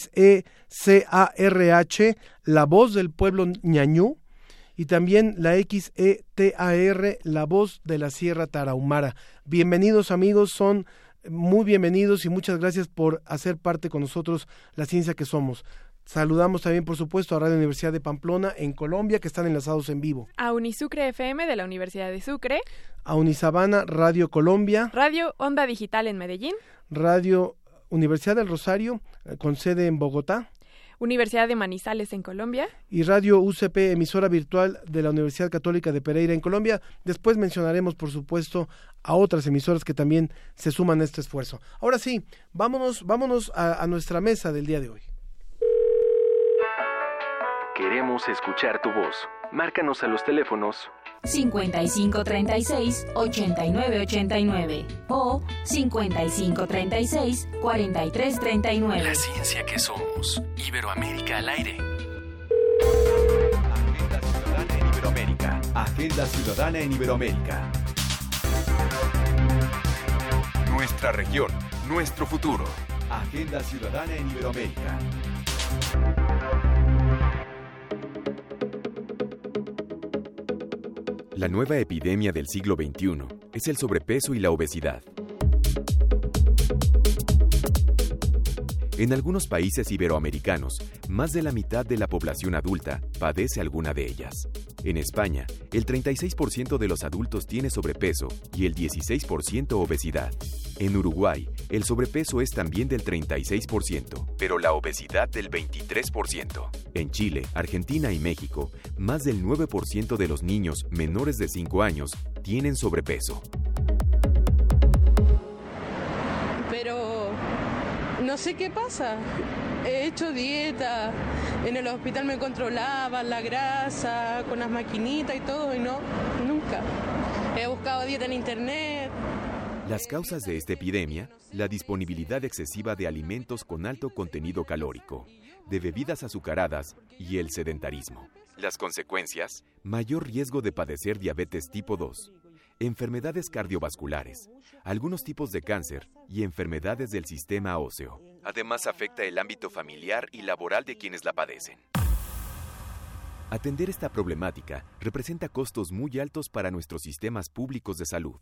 XECARH, La Voz del Pueblo Ñañú, y también la XETAR, La Voz de la Sierra Tarahumara. Bienvenidos, amigos, son muy bienvenidos y muchas gracias por hacer parte con nosotros La Ciencia que Somos. Saludamos también, por supuesto, a Radio Universidad de Pamplona en Colombia, que están enlazados en vivo. A Unisucre FM de la Universidad de Sucre. A Unisabana Radio Colombia. Radio Onda Digital en Medellín. Radio Universidad del Rosario, con sede en Bogotá. Universidad de Manizales en Colombia. Y Radio UCP, emisora virtual de la Universidad Católica de Pereira en Colombia. Después mencionaremos, por supuesto, a otras emisoras que también se suman a este esfuerzo. Ahora sí, vámonos a nuestra mesa del día de hoy. Queremos escuchar tu voz. Márcanos a los teléfonos 5536-8989 o 5536-4339. La ciencia que somos. Iberoamérica al aire. Agenda Ciudadana en Iberoamérica. Agenda Ciudadana en Iberoamérica. Nuestra región, nuestro futuro. Agenda Ciudadana en Iberoamérica. La nueva epidemia del siglo XXI es el sobrepeso y la obesidad. En algunos países iberoamericanos, más de la mitad de la población adulta padece alguna de ellas. En España, el 36% de los adultos tiene sobrepeso y el 16% obesidad. En Uruguay, el sobrepeso es también del 36%, pero la obesidad del 23%. En Chile, Argentina y México, más del 9% de los niños menores de 5 años tienen sobrepeso. Pero no sé qué pasa. He hecho dieta, en el hospital me controlaban la grasa, con las maquinitas y todo, y no, nunca. He buscado dieta en internet. Las causas de esta epidemia: la disponibilidad excesiva de alimentos con alto contenido calórico, de bebidas azucaradas y el sedentarismo. Las consecuencias: mayor riesgo de padecer diabetes tipo 2, enfermedades cardiovasculares, algunos tipos de cáncer y enfermedades del sistema óseo. Además, afecta el ámbito familiar y laboral de quienes la padecen. Atender esta problemática representa costos muy altos para nuestros sistemas públicos de salud.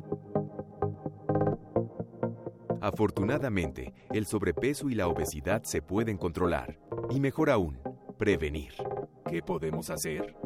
Afortunadamente, el sobrepeso y la obesidad se pueden controlar. Y mejor aún, prevenir. ¿Qué podemos hacer?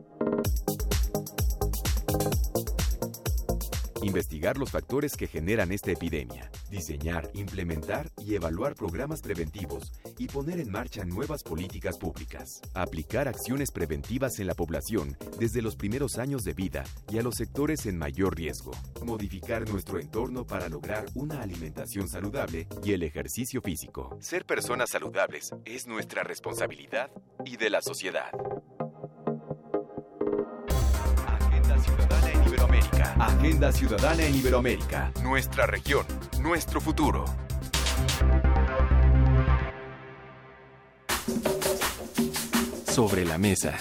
Investigar los factores que generan esta epidemia, diseñar, implementar y evaluar programas preventivos y poner en marcha nuevas políticas públicas. Aplicar acciones preventivas en la población desde los primeros años de vida y a los sectores en mayor riesgo. Modificar nuestro entorno para lograr una alimentación saludable y el ejercicio físico. Ser personas saludables es nuestra responsabilidad y de la sociedad. Agenda Ciudadana en Iberoamérica. Nuestra región, nuestro futuro. Sobre la mesa.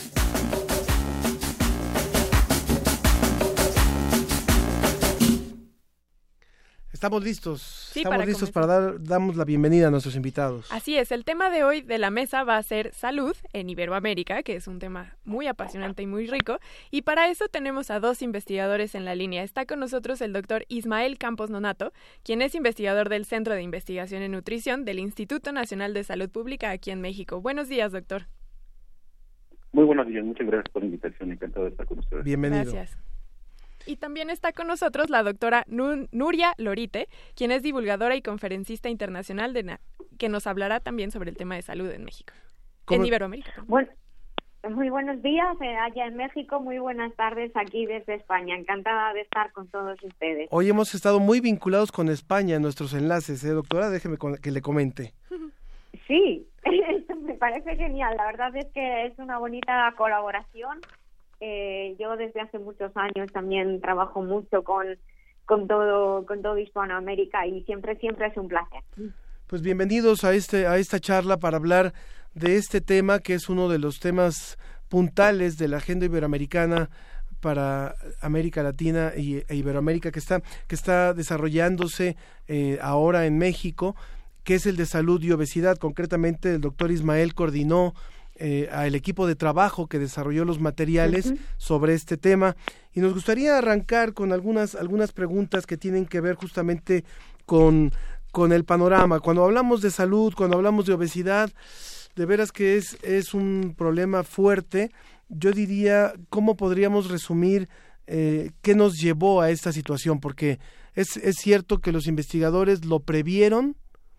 Estamos listos. Sí, Estamos listos para damos la bienvenida a nuestros invitados. Así es, el tema de hoy de la mesa va a ser salud en Iberoamérica, que es un tema muy apasionante y muy rico. Y para eso tenemos a dos investigadores en la línea. Está con nosotros el doctor Ismael Campos Nonato, quien es investigador del Centro de Investigación en Nutrición del Instituto Nacional de Salud Pública aquí en México. Buenos días, doctor. Muy buenos días, muchas gracias por la invitación, encantado de estar con ustedes. Bienvenido. Gracias. Y también está con nosotros la doctora Nuria Lorite, quien es divulgadora y conferencista internacional que nos hablará también sobre el tema de salud en México, en Iberoamérica. Bueno, muy buenos días allá en México, muy buenas tardes aquí desde España. Encantada de estar con todos ustedes. Hoy hemos estado muy vinculados con España en nuestros enlaces, doctora, déjeme que le comente. Sí, me parece genial. La verdad es que es una bonita colaboración. Yo desde hace muchos años también trabajo mucho con todo Hispanoamérica y siempre es un placer. Pues bienvenidos a esta charla para hablar de este tema que es uno de los temas puntales de la agenda iberoamericana para América Latina e Iberoamérica que está desarrollándose ahora en México, que es el de salud y obesidad. Concretamente, el doctor Ismael coordinó al equipo de trabajo que desarrolló los materiales sobre este tema, y nos gustaría arrancar con algunas preguntas que tienen que ver justamente con el panorama. Cuando hablamos de salud, cuando hablamos de obesidad, de veras que es un problema fuerte. Yo diría, ¿cómo podríamos resumir qué nos llevó a esta situación? Porque es cierto que los investigadores lo previeron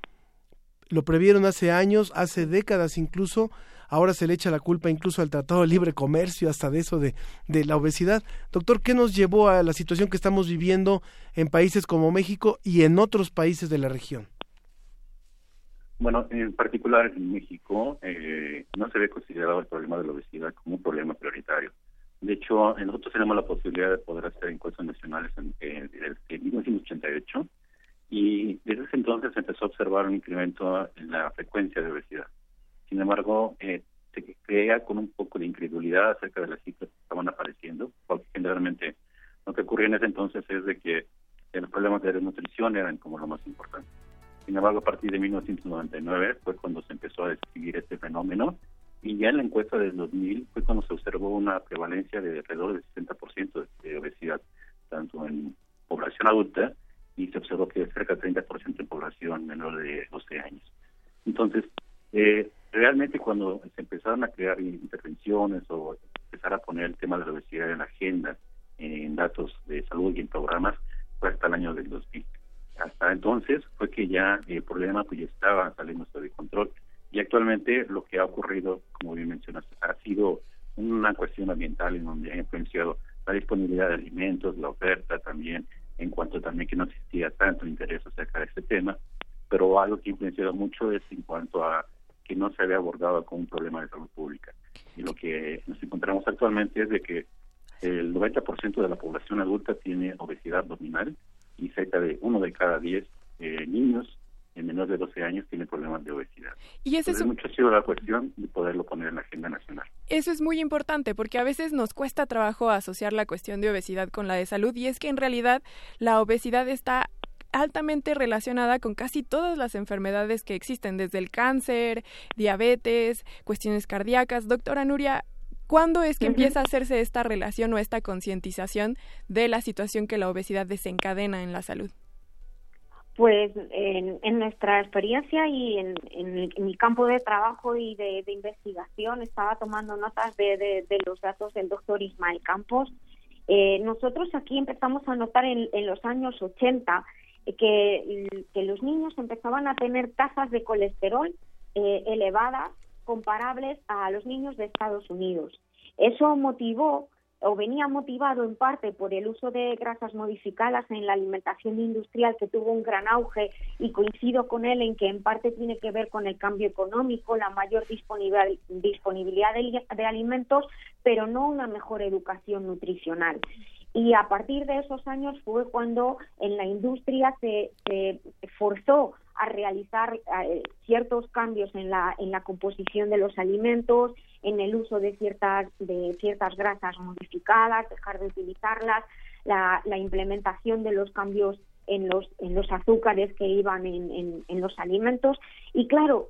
hace años, hace décadas incluso. Ahora se le echa la culpa incluso al Tratado de Libre Comercio, hasta de eso de la obesidad. Doctor, ¿qué nos llevó a la situación que estamos viviendo en países como México y en otros países de la región? Bueno, en particular en México no se había considerado el problema de la obesidad como un problema prioritario. De hecho, nosotros tenemos la posibilidad de poder hacer encuestas nacionales desde 1988 y desde ese entonces se empezó a observar un incremento en la frecuencia de obesidad. Sin embargo, se creía con un poco de incredulidad acerca de las cifras que estaban apareciendo, porque generalmente lo que ocurría en ese entonces es de que los problemas de desnutrición eran como lo más importante. Sin embargo, a partir de 1999 fue cuando se empezó a describir este fenómeno, y ya en la encuesta del 2000 fue cuando se observó una prevalencia de alrededor del 60% de obesidad, tanto en población adulta, y se observó que cerca del 30% en población menor de 12 años. Entonces, realmente cuando se empezaron a crear intervenciones o empezar a poner el tema de la obesidad en la agenda, en datos de salud y en programas, fue hasta el año del 2000. Hasta entonces fue que ya el problema pues ya estaba saliendo de control, y actualmente lo que ha ocurrido, como bien mencionas, ha sido una cuestión ambiental en donde ha influenciado la disponibilidad de alimentos, la oferta también, en cuanto también que no existía tanto interés acerca de este tema, pero algo que ha influenciado mucho es en cuanto a que no se había abordado como un problema de salud pública. Y lo que nos encontramos actualmente es de que el 90% de la población adulta tiene obesidad abdominal, y cerca de 1 de cada 10 niños en menores de 12 años tiene problemas de obesidad. Y ese es mucho ha sido la cuestión de poderlo poner en la agenda nacional. Eso es muy importante, porque a veces nos cuesta trabajo asociar la cuestión de obesidad con la de salud, y es que en realidad la obesidad está altamente relacionada con casi todas las enfermedades que existen, desde el cáncer, diabetes, cuestiones cardíacas. Doctora Nuria, ¿Cuándo es que empieza a hacerse esta relación o esta concientización de la situación que la obesidad desencadena en la salud? Pues en nuestra experiencia y en mi campo de trabajo y de investigación, estaba tomando notas de los datos del doctor Ismael Campos. Nosotros aquí empezamos a notar en los años 80 que los niños empezaban a tener tasas de colesterol elevadas, comparables a los niños de Estados Unidos. Eso motivó o venía motivado en parte por el uso de grasas modificadas en la alimentación industrial, que tuvo un gran auge, y coincido con él en que en parte tiene que ver con el cambio económico, la mayor disponibilidad de alimentos, pero no una mejor educación nutricional. Y a partir de esos años fue cuando en la industria se forzó a realizar ciertos cambios en la composición de los alimentos, en el uso de ciertas grasas modificadas, dejar de utilizarlas, la implementación de los cambios en los azúcares que iban en los alimentos. Y claro,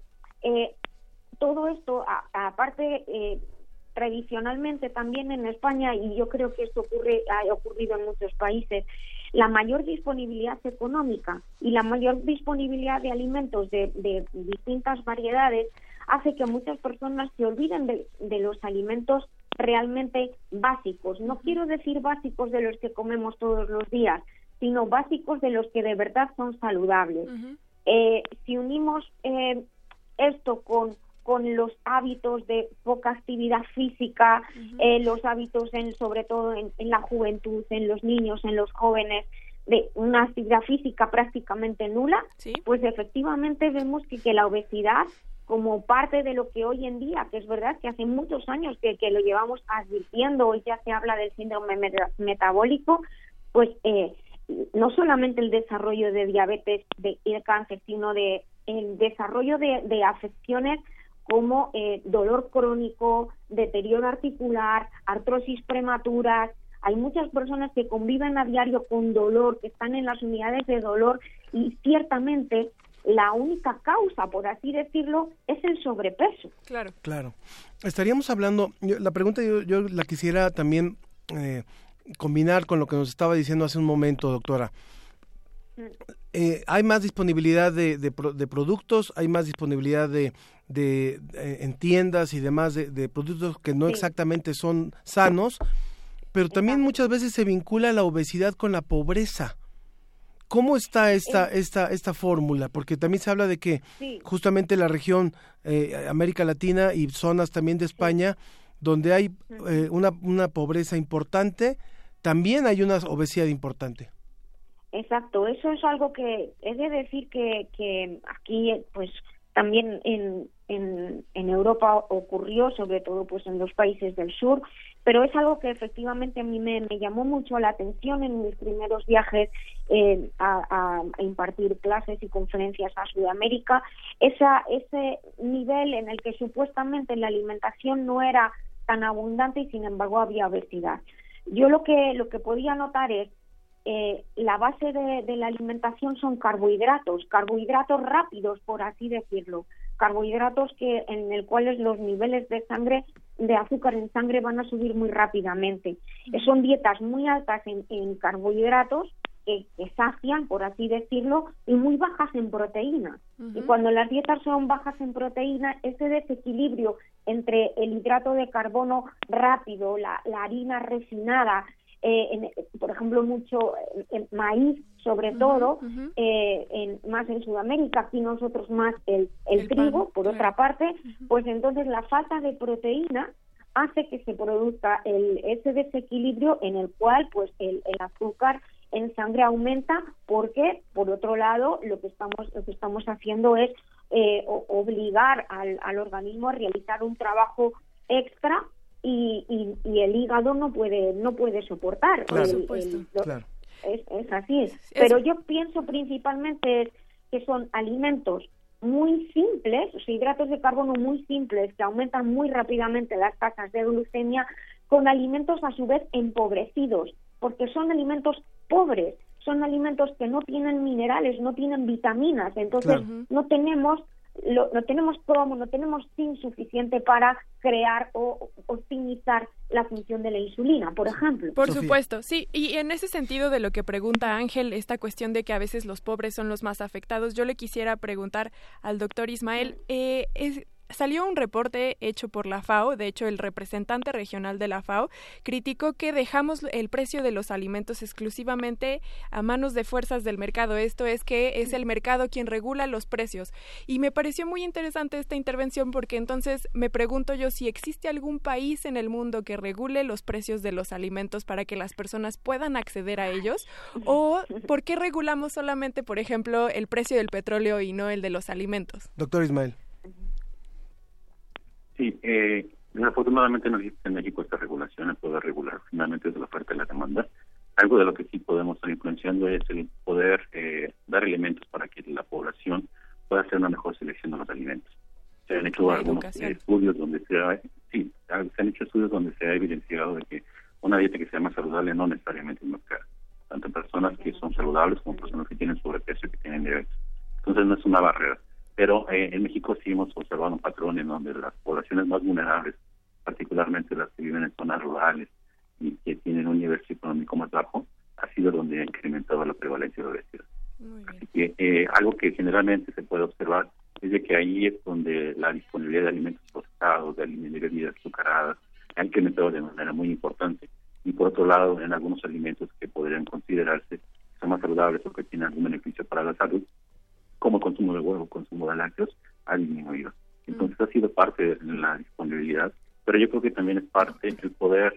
todo esto, aparte, tradicionalmente también en España, y yo creo que esto ha ocurrido en muchos países, la mayor disponibilidad económica y la mayor disponibilidad de alimentos de distintas variedades hace que muchas personas se olviden de los alimentos realmente básicos. No quiero decir básicos de los que comemos todos los días, sino básicos de los que de verdad son saludables. Si unimos esto con los hábitos de poca actividad física, los hábitos sobre todo en la juventud, en los niños, en los jóvenes, de una actividad física prácticamente nula, pues efectivamente vemos que la obesidad, como parte de lo que hoy en día, que es verdad que hace muchos años que lo llevamos advirtiendo, hoy ya se habla del síndrome metabólico, pues no solamente el desarrollo de diabetes y de cáncer, sino el desarrollo de afecciones como dolor crónico, deterioro articular, artrosis prematuras. Hay muchas personas que conviven a diario con dolor, que están en las unidades de dolor, y ciertamente la única causa, por así decirlo, es el sobrepeso. Claro. Estaríamos hablando, la pregunta yo la quisiera también combinar con lo que nos estaba diciendo hace un momento, doctora. Hay más disponibilidad de productos, hay más disponibilidad en tiendas y demás de productos que no exactamente son sanos, pero también muchas veces se vincula la obesidad con la pobreza. ¿Cómo está esta fórmula? Porque también se habla de que justamente la región América Latina y zonas también de España, donde hay una pobreza importante, también hay una obesidad importante. Exacto, eso es algo que he de decir que aquí pues también en Europa ocurrió, sobre todo pues en los países del sur, pero es algo que efectivamente a mí me llamó mucho la atención en mis primeros viajes a impartir clases y conferencias a Sudamérica, ese nivel en el que supuestamente la alimentación no era tan abundante y sin embargo había obesidad. Yo lo que podía notar es la base de la alimentación son carbohidratos rápidos, por así decirlo, carbohidratos en el cuales los niveles de azúcar en sangre van a subir muy rápidamente. Son dietas muy altas en carbohidratos que sacian, por así decirlo, y muy bajas en proteína. Y cuando las dietas son bajas en proteína, ese desequilibrio entre el hidrato de carbono rápido, la harina refinada, por ejemplo, mucho maíz, sobre todo, más en Sudamérica, aquí nosotros más el trigo, por otra parte, pues entonces la falta de proteína hace que se produzca ese desequilibrio en el cual pues el azúcar en sangre aumenta, porque por otro lado lo que estamos haciendo es obligar al organismo a realizar un trabajo extra y el hígado no puede soportar. Claro. Es así. Pero yo pienso principalmente que son alimentos muy simples, hidratos de carbono muy simples que aumentan muy rápidamente las tasas de glucemia, con alimentos a su vez empobrecidos, porque son alimentos pobres, son alimentos que no tienen minerales, no tienen vitaminas, entonces no tenemos no tenemos plomo, no tenemos zinc suficiente para crear o optimizar la función de la insulina, por ejemplo. Por supuesto, sí. Y en ese sentido de lo que pregunta Ángel, esta cuestión de que a veces los pobres son los más afectados, yo le quisiera preguntar al doctor Ismael, salió un reporte hecho por la FAO, de hecho el representante regional de la FAO criticó que dejamos el precio de los alimentos exclusivamente a manos de fuerzas del mercado, esto es que es el mercado quien regula los precios, y me pareció muy interesante esta intervención porque entonces me pregunto yo si existe algún país en el mundo que regule los precios de los alimentos para que las personas puedan acceder a ellos, o por qué regulamos solamente, por ejemplo, el precio del petróleo y no el de los alimentos. Doctor Ismael. Sí, desafortunadamente no existe en México esta regulación, el poder regular finalmente es de la oferta y la demanda. Algo de lo que sí podemos estar influenciando es el poder dar elementos para que la población pueda hacer una mejor selección de los alimentos. Se han hecho algunos estudios donde se han hecho estudios donde se ha evidenciado de que una dieta que sea más saludable no necesariamente es más cara, tanto en personas que son saludables como personas que tienen sobrepeso y que tienen diabetes. Entonces no es una barrera. Pero en México sí hemos observado un patrón en donde las poblaciones más vulnerables, particularmente las que viven en zonas rurales y que tienen un nivel socioeconómico más bajo, ha sido donde ha incrementado la prevalencia de obesidad. Así que algo que generalmente se puede observar es de que ahí es donde la disponibilidad de alimentos procesados, de bebidas azucaradas, ha incrementado de manera muy importante. Y por otro lado, en algunos alimentos que podrían considerarse que son más saludables o que tienen algún beneficio para la salud, como el consumo de huevo, consumo de lácteos, ha disminuido. Entonces ha sido parte de la disponibilidad, pero yo creo que también es parte el poder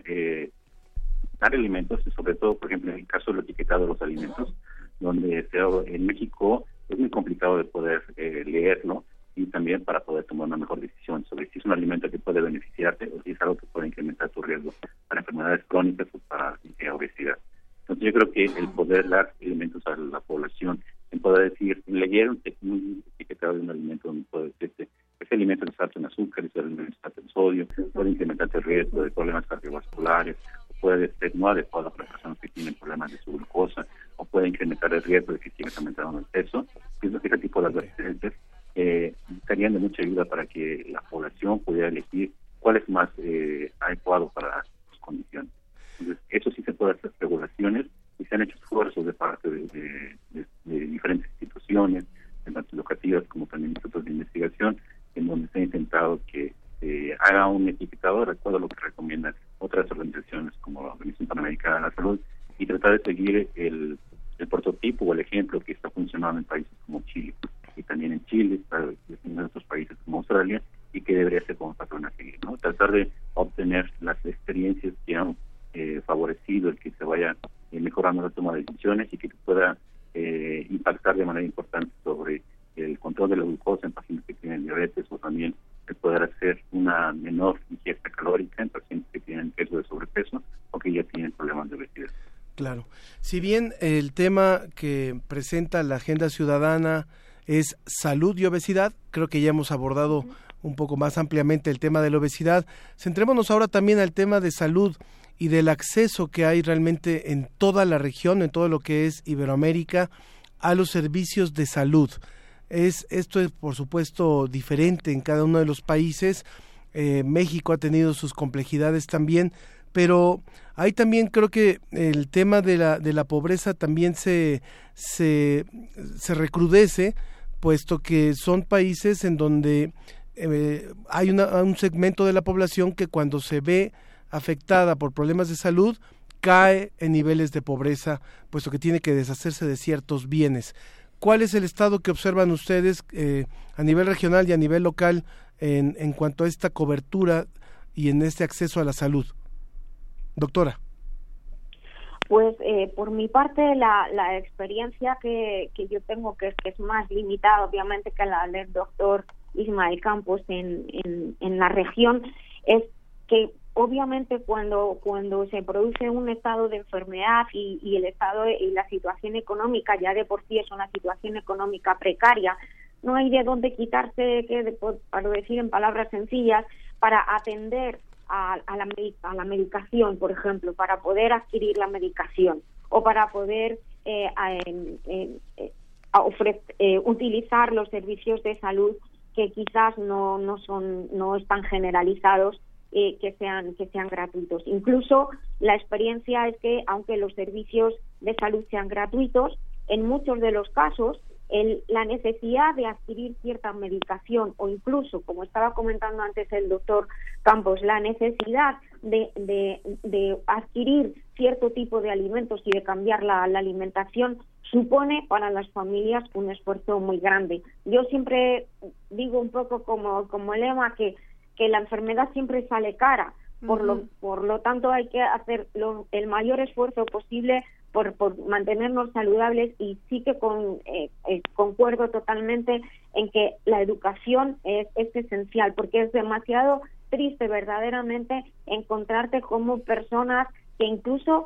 dar alimentos, y sobre todo, por ejemplo, en el caso del etiquetado de los alimentos, donde en México es muy complicado de poder leerlo y también para poder tomar una mejor decisión sobre si es un alimento que puede beneficiarte o si es algo que puede incrementar tu riesgo para enfermedades crónicas o para obesidad. Entonces yo creo que el poder dar alimentos a la población, en poder decir, leer un etiquetado de un alimento donde puede decirte, ese alimento es alto en azúcar, ese alimento es alto en sodio, puede incrementar el riesgo de problemas cardiovasculares, o puede ser no adecuado para personas que tienen problemas de su glucosa, o puede incrementar el riesgo de que sigas aumentando el peso. Pienso que ese tipo de advertencias estarían de mucha ayuda para que la población pudiera elegir cuál es más adecuado para sus condiciones. Entonces, eso sí se puede hacer regulaciones y se han hecho esfuerzos de parte de diferentes instituciones, tanto educativas como también institutos de investigación, en donde se ha intentado que se haga un etiquetado de acuerdo a lo que recomiendan otras organizaciones como la Organización Panamericana de la Salud y tratar de seguir el prototipo o el ejemplo que está funcionando en países como Chile y también en Chile, en otros países como Australia, y que debería ser como patrón a seguir, ¿no? Tratar de obtener las experiencias que han favorecido el que se vaya mejorando la toma de decisiones y que pueda impactar de manera importante sobre el control de la glucosa en pacientes que tienen diabetes, o también el poder hacer una menor ingesta calórica en pacientes que tienen peso de sobrepeso o que ya tienen problemas de obesidad. Claro. Si bien el tema que presenta la Agenda Ciudadana es salud y obesidad, creo que ya hemos abordado un poco más ampliamente el tema de la obesidad. Centrémonos ahora también al tema de salud y del acceso que hay realmente en toda la región, en todo lo que es Iberoamérica, a los servicios de salud. Esto es, por supuesto, diferente en cada uno de los países. México ha tenido sus complejidades también, pero ahí también creo que el tema de la pobreza también se recrudece, puesto que son países en donde hay un segmento de la población que cuando se ve afectada por problemas de salud cae en niveles de pobreza, puesto que tiene que deshacerse de ciertos bienes. ¿Cuál es el estado que observan ustedes a nivel regional y a nivel local en cuanto a esta cobertura y en este acceso a la salud? Doctora. Pues por mi parte la experiencia que yo tengo, que es más limitada obviamente que la del doctor Ismael Campos en la región, es que obviamente cuando se produce un estado de enfermedad y el estado y la situación económica ya de por sí es una situación económica precaria, no hay de dónde quitarse, para decir en palabras sencillas, para atender a la medicación, por ejemplo, para poder adquirir la medicación o para poder utilizar los servicios de salud que quizás no están generalizados, que sean gratuitos. Incluso la experiencia es que, aunque los servicios de salud sean gratuitos, en muchos de los casos la necesidad de adquirir cierta medicación, o incluso, como estaba comentando antes el doctor Campos, la necesidad de adquirir cierto tipo de alimentos y de cambiar la alimentación, supone para las familias un esfuerzo muy grande. Yo siempre digo un poco como lema que la enfermedad siempre sale cara, por lo tanto hay que hacer el mayor esfuerzo posible por mantenernos saludables, y sí que concuerdo totalmente en que la educación es esencial, porque es demasiado triste verdaderamente encontrarte como personas que incluso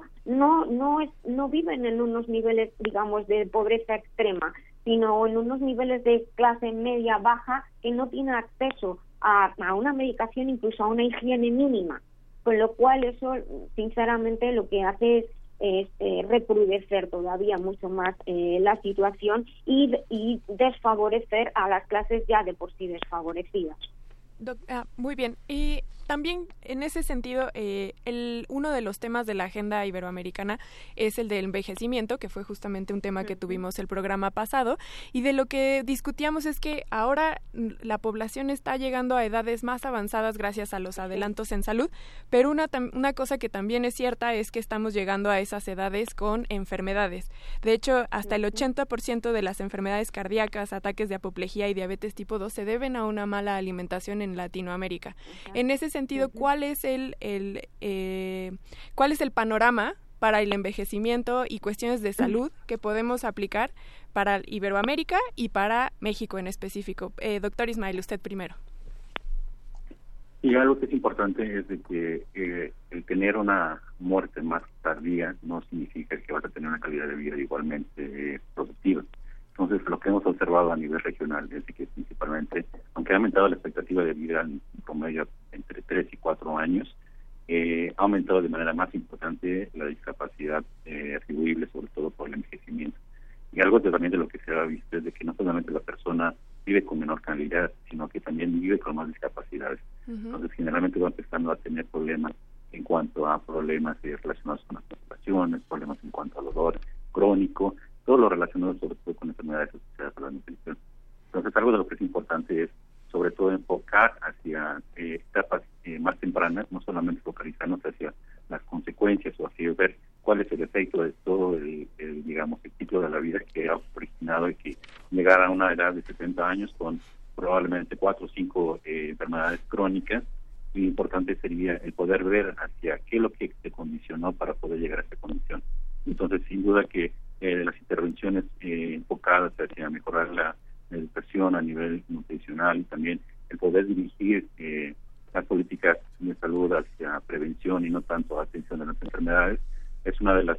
no viven en unos niveles, digamos, de pobreza extrema, sino en unos niveles de clase media baja, que no tienen acceso a una medicación, incluso a una higiene mínima, con lo cual eso sinceramente lo que hace es recrudecer todavía mucho más la situación y desfavorecer a las clases ya de por sí desfavorecidas. Muy bien. Y también en ese sentido, uno de los temas de la agenda iberoamericana es el del envejecimiento, que fue justamente un tema que tuvimos el programa pasado, y de lo que discutíamos es que ahora la población está llegando a edades más avanzadas gracias a los adelantos en salud, pero una cosa que también es cierta es que estamos llegando a esas edades con enfermedades. De hecho, hasta el 80% de las enfermedades cardíacas, ataques de apoplejía y diabetes tipo 2 se deben a una mala alimentación en Latinoamérica. En ese sentido, ¿cuál es el panorama para el envejecimiento y cuestiones de salud que podemos aplicar para Iberoamérica y para México en específico? Doctor Ismael, usted primero. Y algo que es importante es de que el tener una muerte más tardía no significa que vas a tener una calidad de vida igualmente productiva. Entonces, lo que hemos observado a nivel regional es que principalmente, aunque ha aumentado la expectativa de vida en promedio entre 3 y 4 años, ha aumentado de manera más importante la discapacidad atribuible sobre todo por el envejecimiento. Y algo también de lo que se ha visto es de que no solamente la persona vive con menor calidad, sino que también vive con más discapacidades. Entonces, generalmente va empezando a tener problemas en cuanto a problemas relacionados con las articulaciones, problemas en cuanto al dolor crónico, todo lo relacionado sobre todo con enfermedades asociadas a la nutrición. Entonces, algo de lo que es importante es sobre todo enfocar hacia etapas más tempranas, no solamente focalizarnos hacia las consecuencias o hacia ver cuál es el efecto de todo el ciclo de la vida que ha originado y que llegar a una edad de 70 años con probablemente 4 o 5 enfermedades crónicas. Lo importante sería el poder ver hacia qué es lo que se condicionó para poder llegar a esa condición. Entonces, sin duda que las intervenciones enfocadas hacia mejorar la educación a nivel nutricional y también el poder dirigir las políticas de salud hacia prevención y no tanto atención de las enfermedades es una de las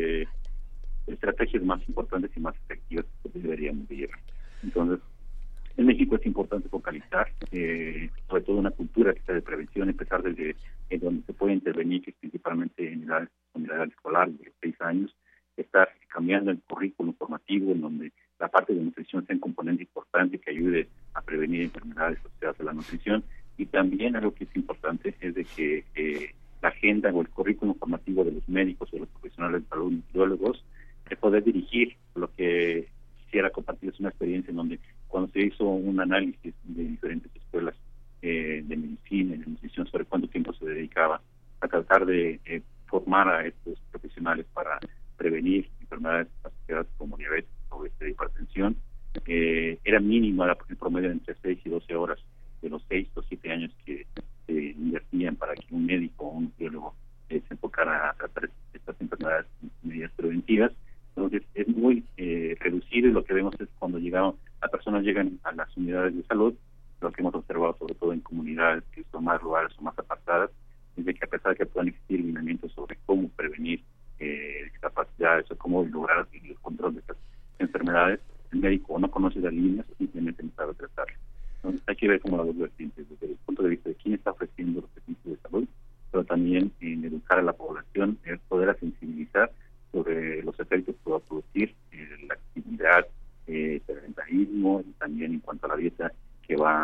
estrategias más importantes y más efectivas que deberíamos llevar. Entonces, en México es importante focalizar sobre todo una cultura que sea de prevención, empezar desde donde se puede intervenir, que es principalmente en edad escolar, de los 6 años, estar cambiando el currículum formativo en donde la parte de nutrición sea un componente importante que ayude a prevenir enfermedades asociadas a la nutrición. Y también algo que es importante es de que la agenda o el currículum formativo de los médicos o los profesionales de salud, nutriólogos, de poder dirigir. Lo que quisiera compartir es una experiencia en donde cuando se hizo un análisis de diferentes escuelas de medicina y de nutrición sobre cuánto tiempo se dedicaba a tratar de formar a estos profesionales para prevenir enfermedades asociadas como diabetes, obesidad y hipertensión, era mínima el promedio de entre 6 y 12 horas de los 6 o 7 años que se invertían para que un médico o un nutriólogo se enfocara a tratar estas enfermedades con medidas preventivas. Entonces es muy reducido, y lo que vemos es cuando las personas llegan a las unidades de salud, lo que hemos observado sobre todo en comunidades que son más rurales o más apartadas, es de que a pesar de que puedan existir lineamientos sobre cómo prevenir discapacidades o cómo lograr el control de estas enfermedades, el médico no conoce las líneas o simplemente no sabe tratarlas. Entonces hay que ver como las dos vertientes, desde el punto de vista de quién está ofreciendo los servicios de salud, pero también en educar a la población, poder sensibilizar sobre los efectos que va a producir la actividad, el sedentarismo, y también en cuanto a la dieta que va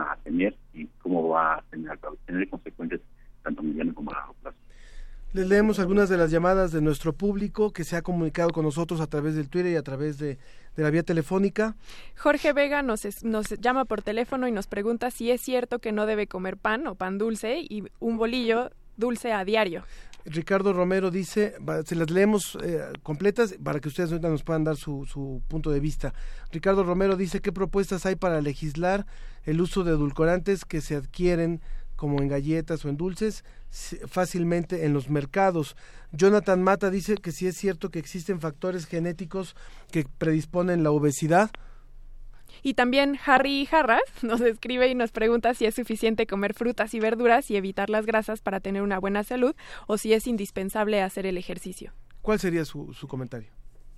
Les leemos algunas de las llamadas de nuestro público que se ha comunicado con nosotros a través del Twitter y a través de la vía telefónica. Jorge Vega nos llama por teléfono y nos pregunta si es cierto que no debe comer pan o pan dulce y un bolillo dulce a diario. Ricardo Romero dice, se las leemos completas para que ustedes ahorita nos puedan dar su punto de vista. Ricardo Romero dice, ¿qué propuestas hay para legislar el uso de edulcorantes que se adquieren como en galletas o en dulces fácilmente en los mercados? Jonathan Mata dice que sí es cierto que existen factores genéticos que predisponen la obesidad. Y también Harry Jarras nos escribe y nos pregunta si es suficiente comer frutas y verduras y evitar las grasas para tener una buena salud o si es indispensable hacer el ejercicio. ¿Cuál sería su comentario?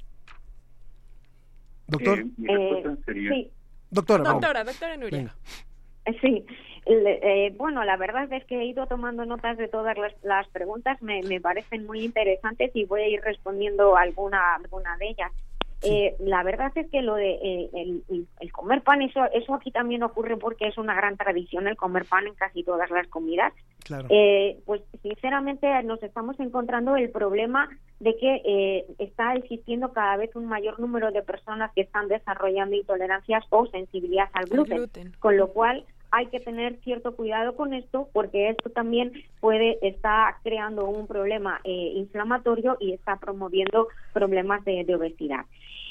¿Doctor? Mi respuesta sería... Sí. Doctora Nuria. Venga. Sí, bueno, la verdad es que he ido tomando notas de todas las preguntas, me parecen muy interesantes y voy a ir respondiendo alguna de ellas. La verdad es que lo de el comer pan, eso aquí también ocurre porque es una gran tradición el comer pan en casi todas las comidas. Claro. Pues sinceramente nos estamos encontrando el problema de que está existiendo cada vez un mayor número de personas que están desarrollando intolerancias o sensibilidad al gluten. Con lo cual hay que tener cierto cuidado con esto porque esto también está creando un problema inflamatorio y está promoviendo problemas de obesidad.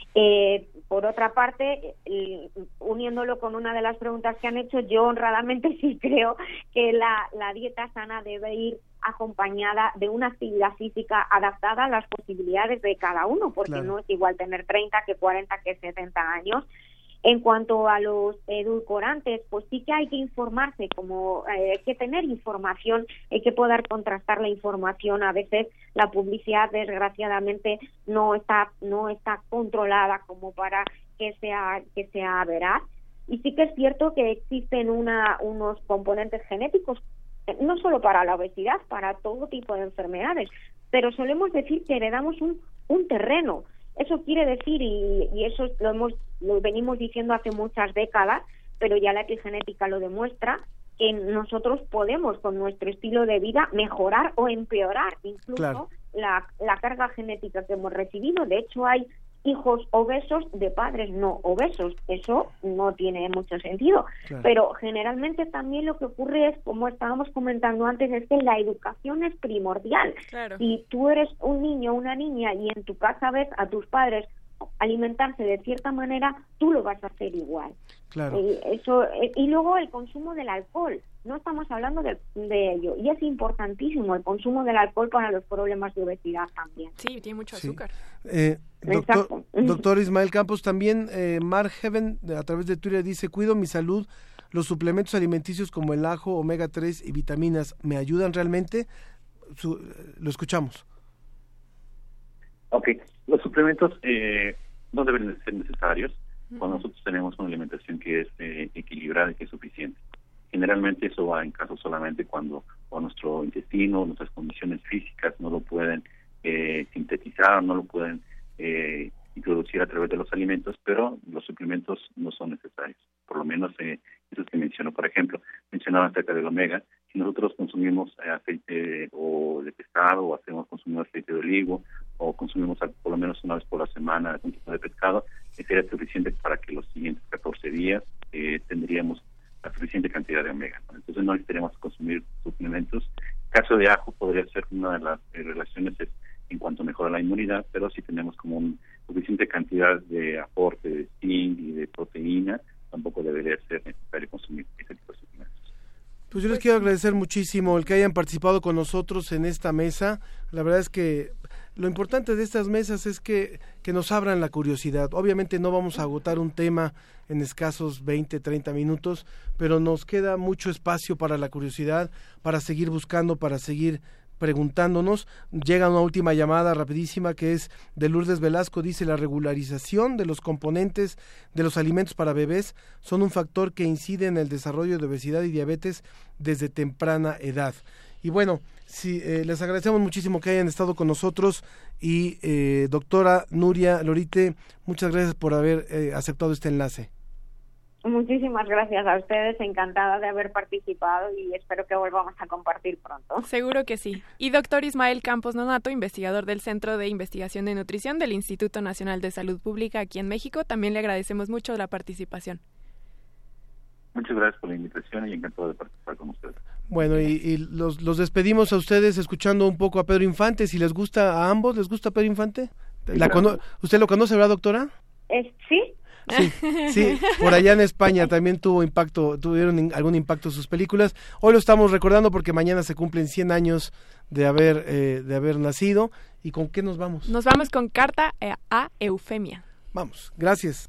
Por otra parte, uniéndolo con una de las preguntas que han hecho, yo honradamente sí creo que la dieta sana debe ir acompañada de una actividad física adaptada a las posibilidades de cada uno, porque claro, no es igual tener 30 que 40 que 70 años. En cuanto a los edulcorantes, pues sí que hay que informarse, hay que tener información, hay que poder contrastar la información. A veces la publicidad, desgraciadamente, no está controlada como para que sea veraz. Y sí que es cierto que existen unos componentes genéticos, no solo para la obesidad, para todo tipo de enfermedades, pero solemos decir que heredamos un terreno. Eso quiere decir, y eso lo venimos diciendo hace muchas décadas, pero ya la epigenética lo demuestra, que nosotros podemos con nuestro estilo de vida mejorar o empeorar incluso claro, la carga genética que hemos recibido. De hecho, hay hijos obesos de padres no obesos. Eso no tiene mucho sentido. claro, Pero generalmente también lo que ocurre es, como estábamos comentando antes, es que la educación es primordial. Claro. Si tú eres un niño o una niña y en tu casa ves a tus padres alimentarse de cierta manera, tú lo vas a hacer igual. claro. Y luego el consumo del alcohol. No estamos hablando de ello. Y es importantísimo el consumo del alcohol para los problemas de obesidad también. Sí, tiene mucho azúcar. Doctor Ismael Campos, también Mark Heaven a través de Twitter dice, cuido mi salud, los suplementos alimenticios como el ajo, omega 3 y vitaminas, ¿me ayudan realmente? Lo escuchamos. Ok, los suplementos no deben ser necesarios cuando nosotros tenemos una alimentación que es equilibrada y que es suficiente. Generalmente eso va en caso solamente cuando nuestro intestino, nuestras condiciones físicas no lo pueden sintetizar, no lo pueden introducir a través de los alimentos, pero los suplementos no son necesarios, por lo menos esos que menciono. Por ejemplo, mencionaba acerca del omega. Si nosotros consumimos aceite o de pescado o consumimos aceite de olivo o consumimos por lo menos una vez por la semana algún tipo de pescado, sería suficiente para que los siguientes 14 días tendríamos la suficiente cantidad de omega, ¿no? Entonces no necesitaríamos consumir suplementos. El caso de ajo podría ser una de las relaciones en cuanto mejora la inmunidad, pero si tenemos como una suficiente cantidad de aporte de zinc y de proteína, tampoco debería ser necesario consumir ese tipo de suplementos. Pues yo les quiero agradecer muchísimo el que hayan participado con nosotros en esta mesa. La verdad es que lo importante de estas mesas es que nos abran la curiosidad. Obviamente no vamos a agotar un tema en escasos 20, 30 minutos, pero nos queda mucho espacio para la curiosidad, para seguir buscando, para seguir preguntándonos. Llega una última llamada rapidísima que es de Lourdes Velasco, dice: la regularización de los componentes de los alimentos para bebés son un factor que incide en el desarrollo de obesidad y diabetes desde temprana edad. Y bueno, sí, les agradecemos muchísimo que hayan estado con nosotros y doctora Nuria Lorite, muchas gracias por haber aceptado este enlace. Muchísimas gracias a ustedes, encantada de haber participado y espero que volvamos a compartir pronto. Seguro que sí. Y doctor Ismael Campos Nonato, investigador del Centro de Investigación de Nutrición del Instituto Nacional de Salud Pública aquí en México, también le agradecemos mucho la participación. Muchas gracias por la invitación y encantado de participar con ustedes. Bueno, y los despedimos a ustedes escuchando un poco a Pedro Infante. Si les gusta a ambos, ¿les gusta Pedro Infante? ¿Usted lo conoce, verdad, doctora? Sí. Sí, por allá en España también tuvieron algún impacto sus películas. Hoy lo estamos recordando porque mañana se cumplen 100 años de haber nacido. ¿Y con qué nos vamos? Nos vamos con Carta a Eufemia. Vamos, gracias.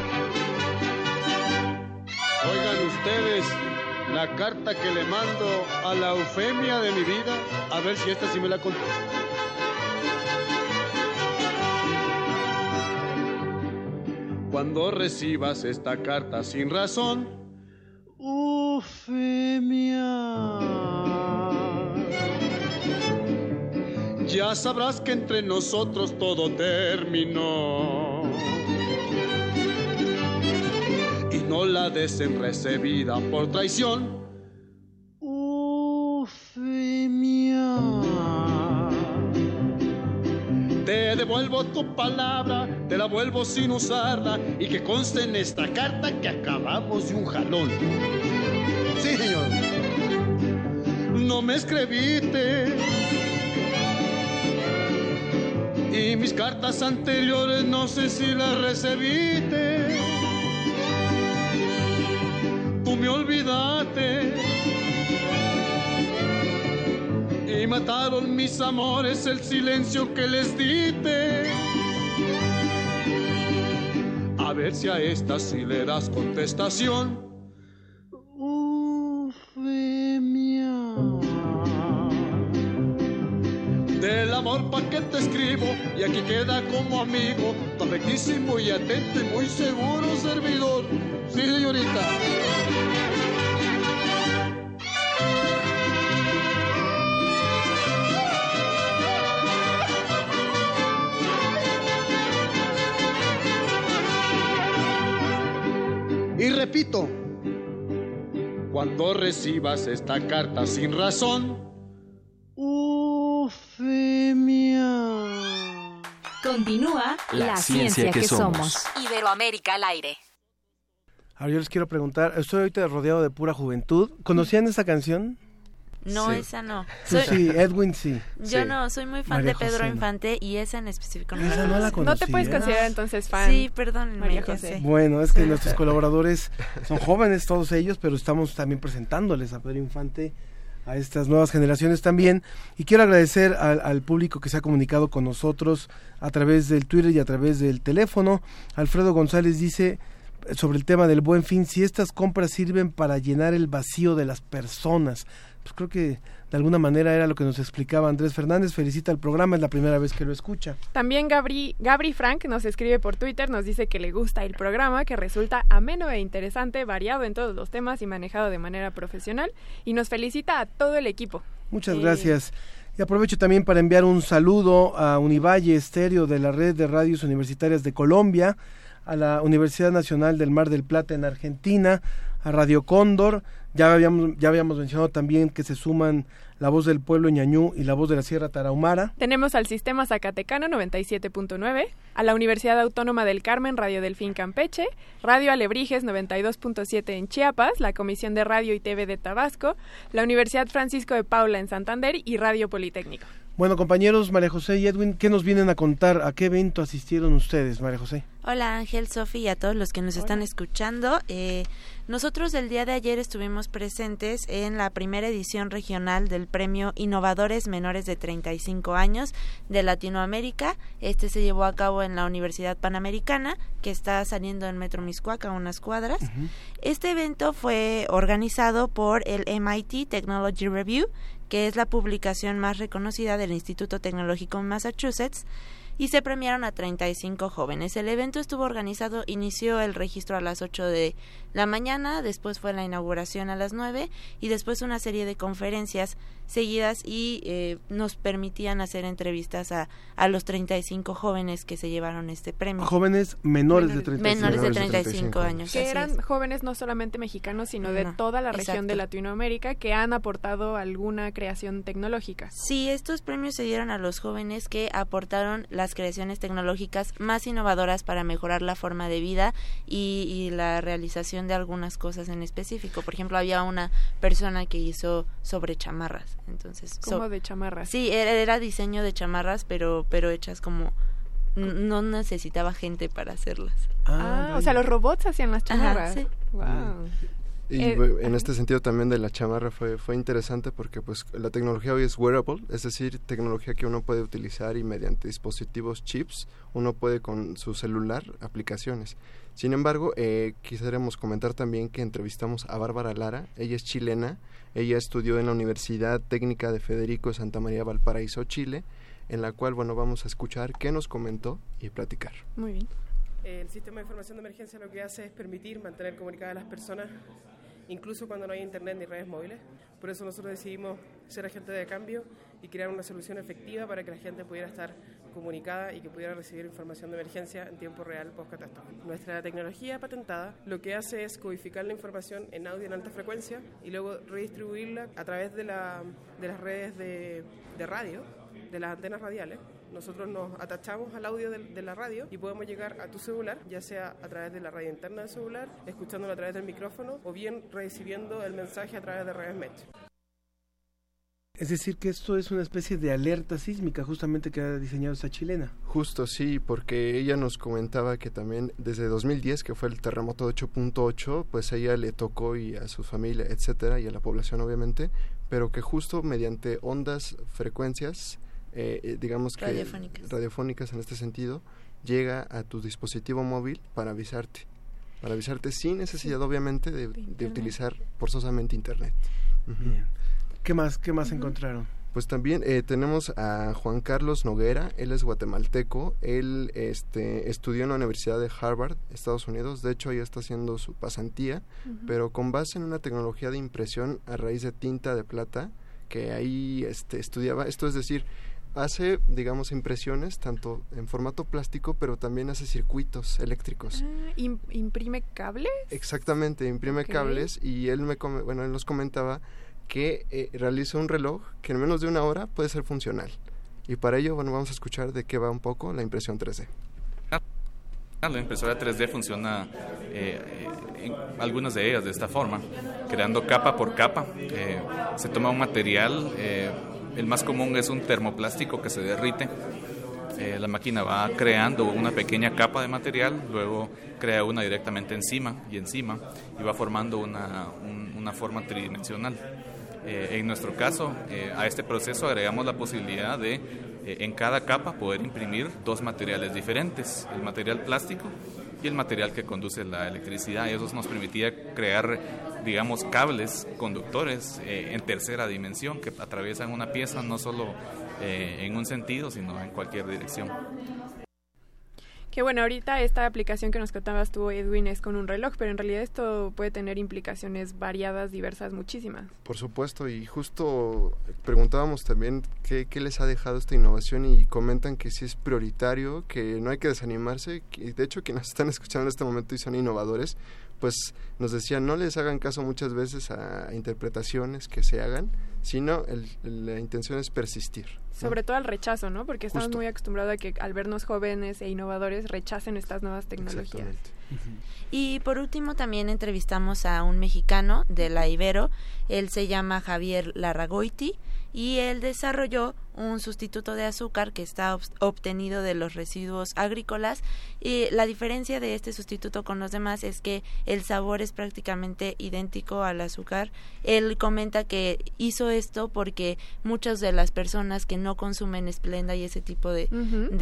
Oigan ustedes, la carta que le mando a la Eufemia de mi vida, a ver si esta sí me la contesta. Cuando recibas esta carta sin razón, Eufemia, ya sabrás que entre nosotros todo terminó. Y no la des en recibida por traición, Eufemia. Te devuelvo tu palabra, te la vuelvo sin usarla, y que conste en esta carta que acabamos de un jalón. Sí, señor. No me escribiste, y mis cartas anteriores no sé si las recibiste. Tú me olvidaste y mataron mis amores el silencio que les diste. A ver si a esta sí le das contestación, Eufemia. Del amor pa' que te escribo, y aquí queda como amigo, tu afectísimo y atento y muy seguro servidor. Sí, señorita. Y repito, cuando recibas esta carta sin razón, Eufemia. Continúa La Ciencia que Somos. Iberoamérica al aire. Ahora yo les quiero preguntar, estoy ahorita rodeado de pura juventud. ¿Conocían esa canción? No, sí. Esa no. Sí, Edwin sí. Yo no, soy muy fan María de Pedro José, Infante y esa en específico no. Esa no la conocía. No te puedes considerar entonces fan. Sí, perdón, María José. Bueno, es que nuestros colaboradores son jóvenes todos ellos, pero estamos también presentándoles a Pedro Infante, a estas nuevas generaciones también. Y quiero agradecer al público que se ha comunicado con nosotros a través del Twitter y a través del teléfono. Alfredo González dice sobre el tema del Buen Fin, si estas compras sirven para llenar el vacío de las personas. Pues creo que de alguna manera era lo que nos explicaba Andrés Fernández. Felicita el programa, es la primera vez que lo escucha. También Gabri Frank nos escribe por Twitter, nos dice que le gusta el programa, que resulta ameno e interesante, variado en todos los temas y manejado de manera profesional, y nos felicita a todo el equipo. Muchas gracias. Y aprovecho también para enviar un saludo a Univalle Estéreo de la Red de Radios Universitarias de Colombia, a la Universidad Nacional del Mar del Plata en Argentina, a Radio Cóndor. Ya habíamos mencionado también que se suman La Voz del Pueblo Ñañú y La Voz de la Sierra Tarahumara. Tenemos al Sistema Zacatecano 97.9, a la Universidad Autónoma del Carmen, Radio Delfín Campeche, Radio Alebrijes 92.7 en Chiapas, la Comisión de Radio y TV de Tabasco, la Universidad Francisco de Paula en Santander y Radio Politécnico. Bueno, compañeros, María José y Edwin, ¿qué nos vienen a contar? ¿A qué evento asistieron ustedes, María José? Hola Ángel, Sofi y a todos los que nos están escuchando. Nosotros el día de ayer estuvimos presentes en la primera edición regional del premio Innovadores Menores de 35 años de Latinoamérica. Este se llevó a cabo en la Universidad Panamericana, que está saliendo en Metro Miscuac a unas cuadras. Este evento fue organizado por el MIT Technology Review, que es la publicación más reconocida del Instituto Tecnológico en Massachusetts, y se premiaron a 35 jóvenes. El evento estuvo organizado, inició el registro a las 8 de la mañana, después fue la inauguración a las 9 y después una serie de conferencias seguidas y nos permitían hacer entrevistas a los 35 jóvenes que se llevaron este premio. Jóvenes menores de 35 años. Que eran jóvenes no solamente mexicanos, sino de toda la región de Latinoamérica que han aportado alguna creación tecnológica. Sí, estos premios se dieron a los jóvenes que aportaron las creaciones tecnológicas más innovadoras para mejorar la forma de vida y la realización de algunas cosas en específico. Por ejemplo, había una persona que hizo sobre chamarras. Entonces, ¿cómo de chamarras? Sí, era diseño de chamarras, pero hechas como no necesitaba gente para hacerlas. O sea, los robots hacían las chamarras. Ajá, sí. Wow. Y en este sentido también de la chamarra fue interesante porque pues la tecnología hoy es wearable, es decir, tecnología que uno puede utilizar y mediante dispositivos chips uno puede con su celular aplicaciones. Sin embargo, quisiéramos comentar también que entrevistamos a Bárbara Lara, ella es chilena, ella estudió en la Universidad Técnica de Federico Santa María Valparaíso, Chile, en la cual, bueno, vamos a escuchar qué nos comentó y platicar. Muy bien. El sistema de información de emergencia lo que hace es permitir mantener comunicadas a las personas, incluso cuando no hay internet ni redes móviles. Por eso nosotros decidimos ser agentes de cambio y crear una solución efectiva para que la gente pudiera estar comunicada y que pudiera recibir información de emergencia en tiempo real post-catástrofe. Nuestra tecnología patentada lo que hace es codificar la información en audio en alta frecuencia y luego redistribuirla a través de las redes de radio, de las antenas radiales. Nosotros nos atachamos al audio de la radio y podemos llegar a tu celular, ya sea a través de la radio interna del celular, escuchándolo a través del micrófono o bien recibiendo el mensaje a través de redes mesh. Es decir, que esto es una especie de alerta sísmica justamente que ha diseñado esta chilena. Justo, sí, porque ella nos comentaba que también desde 2010, que fue el terremoto de 8.8, pues a ella le tocó y a su familia, etcétera, y a la población obviamente, pero que justo mediante ondas, frecuencias, digamos que radiofónicas en este sentido, llega a tu dispositivo móvil para avisarte sin necesidad obviamente de utilizar forzosamente internet. Bien. ¿Qué más encontraron? Pues también tenemos a Juan Carlos Noguera, él es guatemalteco, él estudió en la Universidad de Harvard, Estados Unidos, de hecho ahí está haciendo su pasantía, pero con base en una tecnología de impresión a raíz de tinta de plata, que ahí estudiaba, esto es decir, hace, digamos, impresiones tanto en formato plástico, pero también hace circuitos eléctricos. ¿Imprime cables? Exactamente, imprime cables, y él él nos comentaba que realiza un reloj que en menos de una hora puede ser funcional. Y para ello, vamos a escuchar de qué va un poco la impresión 3D. La impresora 3D funciona, algunas de ellas de esta forma, creando capa por capa. Se toma un material, el más común es un termoplástico que se derrite. La máquina va creando una pequeña capa de material, luego crea una directamente encima y va formando una forma tridimensional. En nuestro caso, a este proceso agregamos la posibilidad de, en cada capa, poder imprimir dos materiales diferentes, el material plástico y el material que conduce la electricidad, y eso nos permitía crear, digamos, cables conductores en tercera dimensión que atraviesan una pieza no solo en un sentido, sino en cualquier dirección. Que bueno, ahorita esta aplicación que nos contabas tú, Edwin, es con un reloj, pero en realidad esto puede tener implicaciones variadas, diversas, muchísimas. Por supuesto, y justo preguntábamos también qué les ha dejado esta innovación, y comentan que sí es prioritario, que no hay que desanimarse, que de hecho quienes están escuchando en este momento y son innovadores, pues nos decían, no les hagan caso muchas veces a interpretaciones que se hagan, sino la intención es persistir, ¿no? Sobre todo al rechazo, ¿no? Porque estamos muy acostumbrados a que al vernos jóvenes e innovadores rechacen estas nuevas tecnologías. Y por último también entrevistamos a un mexicano de la Ibero, él se llama Javier Larragoiti y él desarrolló un sustituto de azúcar que está obtenido de los residuos agrícolas, y la diferencia de este sustituto con los demás es que el sabor es prácticamente idéntico al azúcar. Él comenta que hizo esto porque muchas de las personas que no consumen Splenda y ese tipo de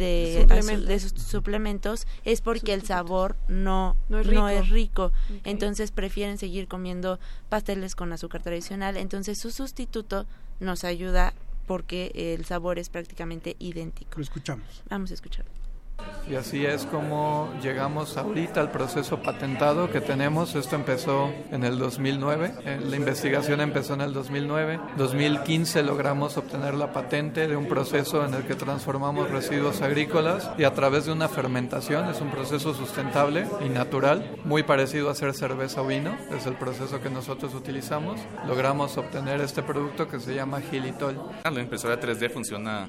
suplementos es porque el sabor no es rico. Entonces prefieren seguir comiendo pasteles con azúcar tradicional. Entonces su sustituto nos ayuda porque el sabor es prácticamente idéntico. Lo escuchamos. Vamos a escuchar. Y así es como llegamos ahorita al proceso patentado que tenemos. Esto empezó en el 2009, la investigación empezó en el 2009. 2015 logramos obtener la patente de un proceso en el que transformamos residuos agrícolas y a través de una fermentación, es un proceso sustentable y natural, muy parecido a hacer cerveza o vino, es el proceso que nosotros utilizamos. Logramos obtener este producto que se llama Xilitol. La impresora 3D funciona...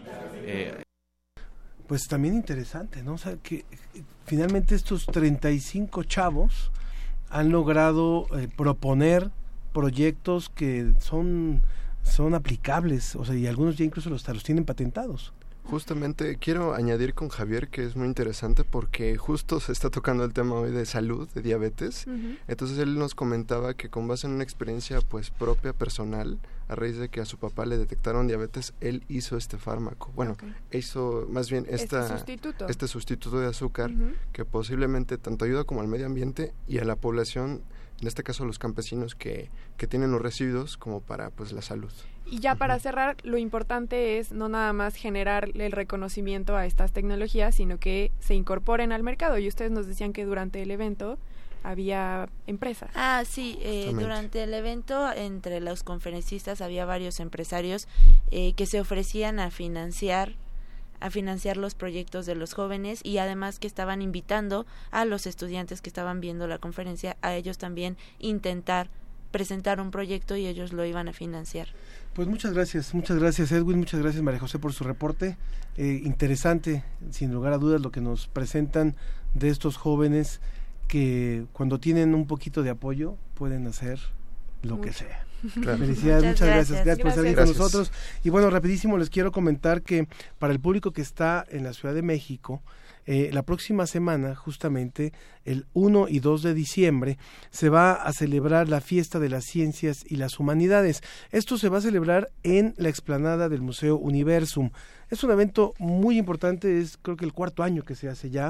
Pues también interesante, ¿no? O sea, que finalmente estos 35 chavos han logrado proponer proyectos que son aplicables, o sea, y algunos ya incluso los tienen patentados. Justamente quiero añadir con Javier que es muy interesante porque justo se está tocando el tema hoy de salud, de diabetes. Uh-huh. Entonces él nos comentaba que con base en una experiencia pues propia, personal, a raíz de que a su papá le detectaron diabetes, él hizo este fármaco. Bueno, hizo más bien este sustituto de azúcar, uh-huh, que posiblemente tanto ayuda como al medio ambiente y a la población, en este caso a los campesinos que tienen los residuos, como para pues la salud. Y ya para cerrar, lo importante es no nada más generar el reconocimiento a estas tecnologías, sino que se incorporen al mercado. Y ustedes nos decían que durante el evento había empresas. Sí, durante el evento entre los conferencistas había varios empresarios que se ofrecían a financiar los proyectos de los jóvenes y además que estaban invitando a los estudiantes que estaban viendo la conferencia a ellos también intentar presentar un proyecto y ellos lo iban a financiar. Pues muchas gracias Edwin, muchas gracias María José por su reporte, interesante sin lugar a dudas lo que nos presentan de estos jóvenes que cuando tienen un poquito de apoyo pueden hacer lo que sea. Claro. Felicidades, muchas gracias por estar aquí con nosotros. Y bueno, rapidísimo les quiero comentar que para el público que está en la Ciudad de México, la próxima semana, justamente el 1 y 2 de diciembre, se va a celebrar la Fiesta de las Ciencias y las Humanidades. Esto se va a celebrar en la explanada del Museo Universum. Es un evento muy importante, es creo que el cuarto año que se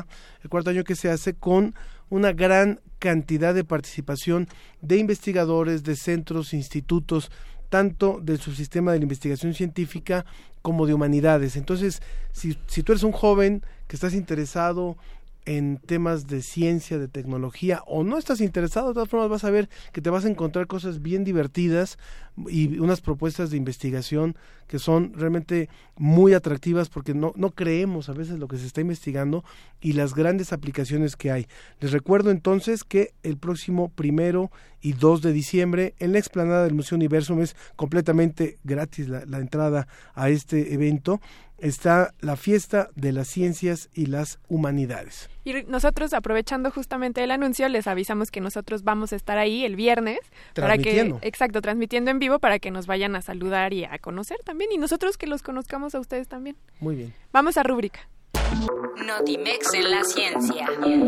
hace con una gran cantidad de participación de investigadores, de centros, institutos, tanto del subsistema de la investigación científica como de humanidades. Entonces, si tú eres un joven que estás interesado en temas de ciencia, de tecnología, o no estás interesado, de todas formas vas a ver que te vas a encontrar cosas bien divertidas y unas propuestas de investigación que son realmente muy atractivas porque no creemos a veces lo que se está investigando y las grandes aplicaciones que hay. Les recuerdo entonces que el próximo 1 y 2 de diciembre en la explanada del Museo Universum es completamente gratis la entrada a este evento. Está la Fiesta de las Ciencias y las Humanidades. Y nosotros, aprovechando justamente el anuncio, les avisamos que nosotros vamos a estar ahí el viernes. Transmitiendo en vivo para que nos vayan a saludar y a conocer también. Y nosotros que los conozcamos a ustedes también. Muy bien. Vamos a rúbrica. Notimex en la ciencia.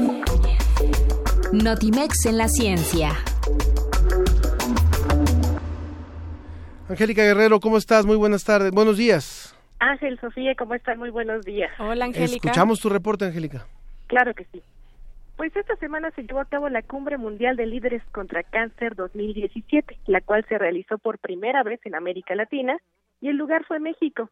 Notimex en la ciencia. Angélica Guerrero, ¿cómo estás? Muy buenas tardes. Buenos días. Ángel, Sofía, ¿cómo están? Muy buenos días. Hola, Angélica. Escuchamos tu reporte, Angélica. Claro que sí. Pues esta semana se llevó a cabo la Cumbre Mundial de Líderes contra Cáncer 2017, la cual se realizó por primera vez en América Latina, y el lugar fue México.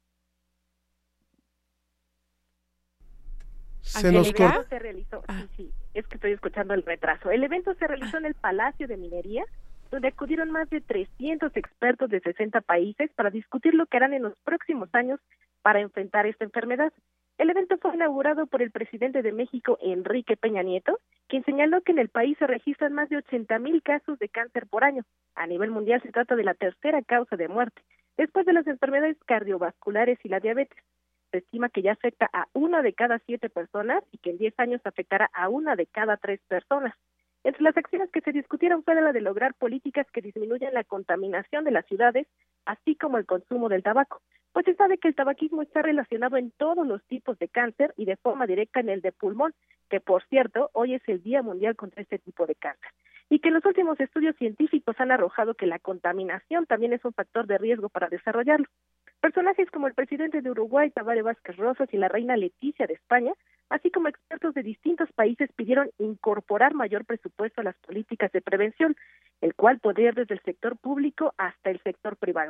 Se nos cortó. Se realizó, sí, es que estoy escuchando el retraso. El evento se realizó en el Palacio de Minería, donde acudieron más de 300 expertos de 60 países para discutir lo que harán en los próximos años para enfrentar esta enfermedad. El evento fue inaugurado por el presidente de México, Enrique Peña Nieto, quien señaló que en el país se registran más de 80,000 casos de cáncer por año. A nivel mundial se trata de la tercera causa de muerte, después de las enfermedades cardiovasculares y la diabetes. Se estima que ya afecta a 1 de cada 7 personas y que en 10 años afectará a 1 de cada 3 personas. Entre las acciones que se discutieron fue la de lograr políticas que disminuyan la contaminación de las ciudades, así como el consumo del tabaco, pues se sabe que el tabaquismo está relacionado en todos los tipos de cáncer y de forma directa en el de pulmón, que por cierto, hoy es el Día Mundial contra este tipo de cáncer, y que los últimos estudios científicos han arrojado que la contaminación también es un factor de riesgo para desarrollarlo. Personajes como el presidente de Uruguay, Tabaré Vázquez Rosas, y la reina Leticia de España, así como expertos de distintos países, pidieron incorporar mayor presupuesto a las políticas de prevención, el cual podría ir desde el sector público hasta el sector privado.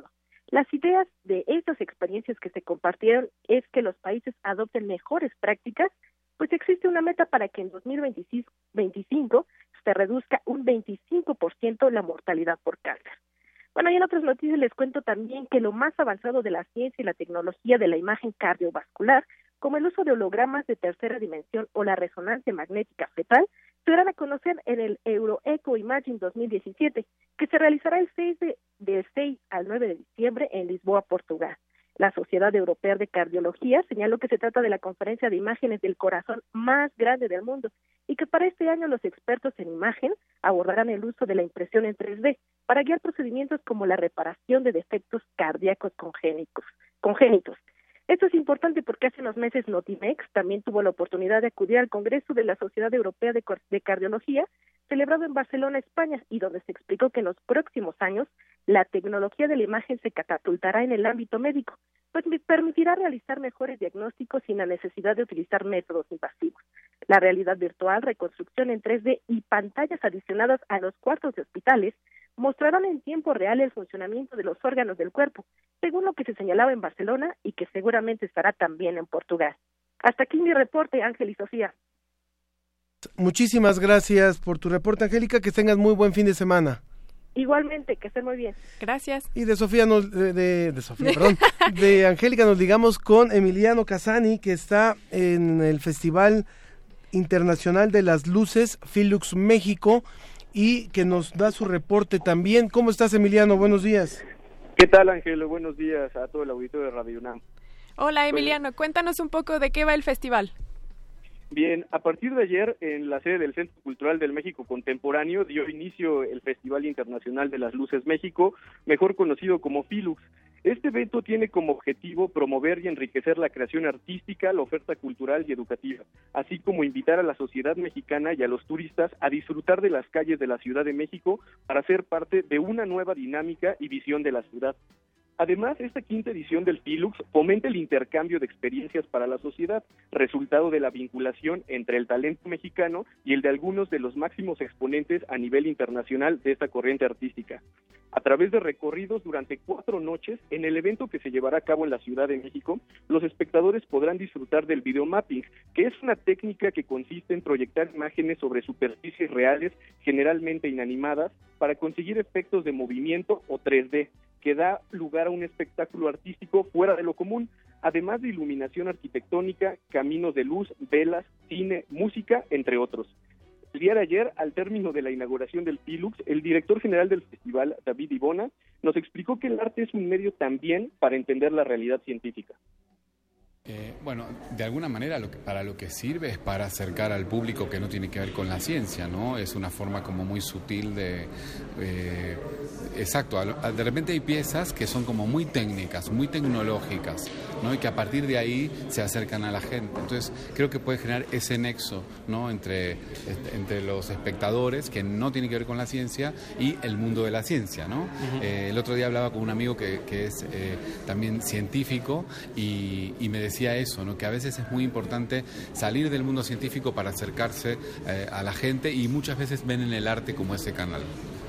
Las ideas de estas experiencias que se compartieron es que los países adopten mejores prácticas, pues existe una meta para que en 2025 se reduzca un 25% la mortalidad por cáncer. Bueno, y en otras noticias les cuento también que lo más avanzado de la ciencia y la tecnología de la imagen cardiovascular, como el uso de hologramas de tercera dimensión o la resonancia magnética fetal, se darán a conocer en el EuroEco Imagine 2017, que se realizará del 6 al 9 de diciembre en Lisboa, Portugal. La Sociedad Europea de Cardiología señaló que se trata de la conferencia de imágenes del corazón más grande del mundo y que para este año los expertos en imagen abordarán el uso de la impresión en 3D para guiar procedimientos como la reparación de defectos cardíacos congénitos. Esto es importante porque hace unos meses Notimex también tuvo la oportunidad de acudir al Congreso de la Sociedad Europea de Cardiología, celebrado en Barcelona, España, y donde se explicó que en los próximos años la tecnología de la imagen se catapultará en el ámbito médico, pues permitirá realizar mejores diagnósticos sin la necesidad de utilizar métodos invasivos. La realidad virtual, reconstrucción en 3D y pantallas adicionadas a los cuartos de hospitales mostrarán en tiempo real el funcionamiento de los órganos del cuerpo, según lo que se señalaba en Barcelona y que seguramente estará también en Portugal. Hasta aquí mi reporte, Ángel y Sofía. Muchísimas gracias por tu reporte, Angélica, que tengas muy buen fin de semana. Igualmente, que estén muy bien. Gracias. Y de Angélica nos ligamos con Emiliano Casani, que está en el Festival Internacional de las Luces, Philux México, y que nos da su reporte también. ¿Cómo estás, Emiliano? Buenos días. ¿Qué tal, Ángel? Buenos días a todo el auditorio de Radio UNAM. Hola, Emiliano. Cuéntanos un poco de qué va el festival. Bien, a partir de ayer, en la sede del Centro Cultural del México Contemporáneo, dio inicio el Festival Internacional de las Luces México, mejor conocido como Philux. Este evento tiene como objetivo promover y enriquecer la creación artística, la oferta cultural y educativa, así como invitar a la sociedad mexicana y a los turistas a disfrutar de las calles de la Ciudad de México para ser parte de una nueva dinámica y visión de la ciudad. Además, esta quinta edición del Philux fomenta el intercambio de experiencias para la sociedad, resultado de la vinculación entre el talento mexicano y el de algunos de los máximos exponentes a nivel internacional de esta corriente artística. A través de recorridos durante 4 noches, en el evento que se llevará a cabo en la Ciudad de México, los espectadores podrán disfrutar del videomapping, que es una técnica que consiste en proyectar imágenes sobre superficies reales, generalmente inanimadas, para conseguir efectos de movimiento o 3D, que da lugar a un espectáculo artístico fuera de lo común, además de iluminación arquitectónica, caminos de luz, velas, cine, música, entre otros. El día de ayer, al término de la inauguración del Philux, el director general del festival, David Ibona, nos explicó que el arte es un medio también para entender la realidad científica. Bueno, de alguna manera para lo que sirve es para acercar al público que no tiene que ver con la ciencia, ¿no? Es una forma como muy sutil de... exacto, de repente hay piezas que son como muy técnicas, muy tecnológicas, ¿no? Y que a partir de ahí se acercan a la gente. Entonces creo que puede generar ese nexo, ¿no? entre los espectadores que no tienen que ver con la ciencia y el mundo de la ciencia, ¿no? Uh-huh. El otro día hablaba con un amigo que es también científico y me decía eso, ¿no? Que a veces es muy importante salir del mundo científico para acercarse a la gente, y muchas veces ven en el arte como ese canal.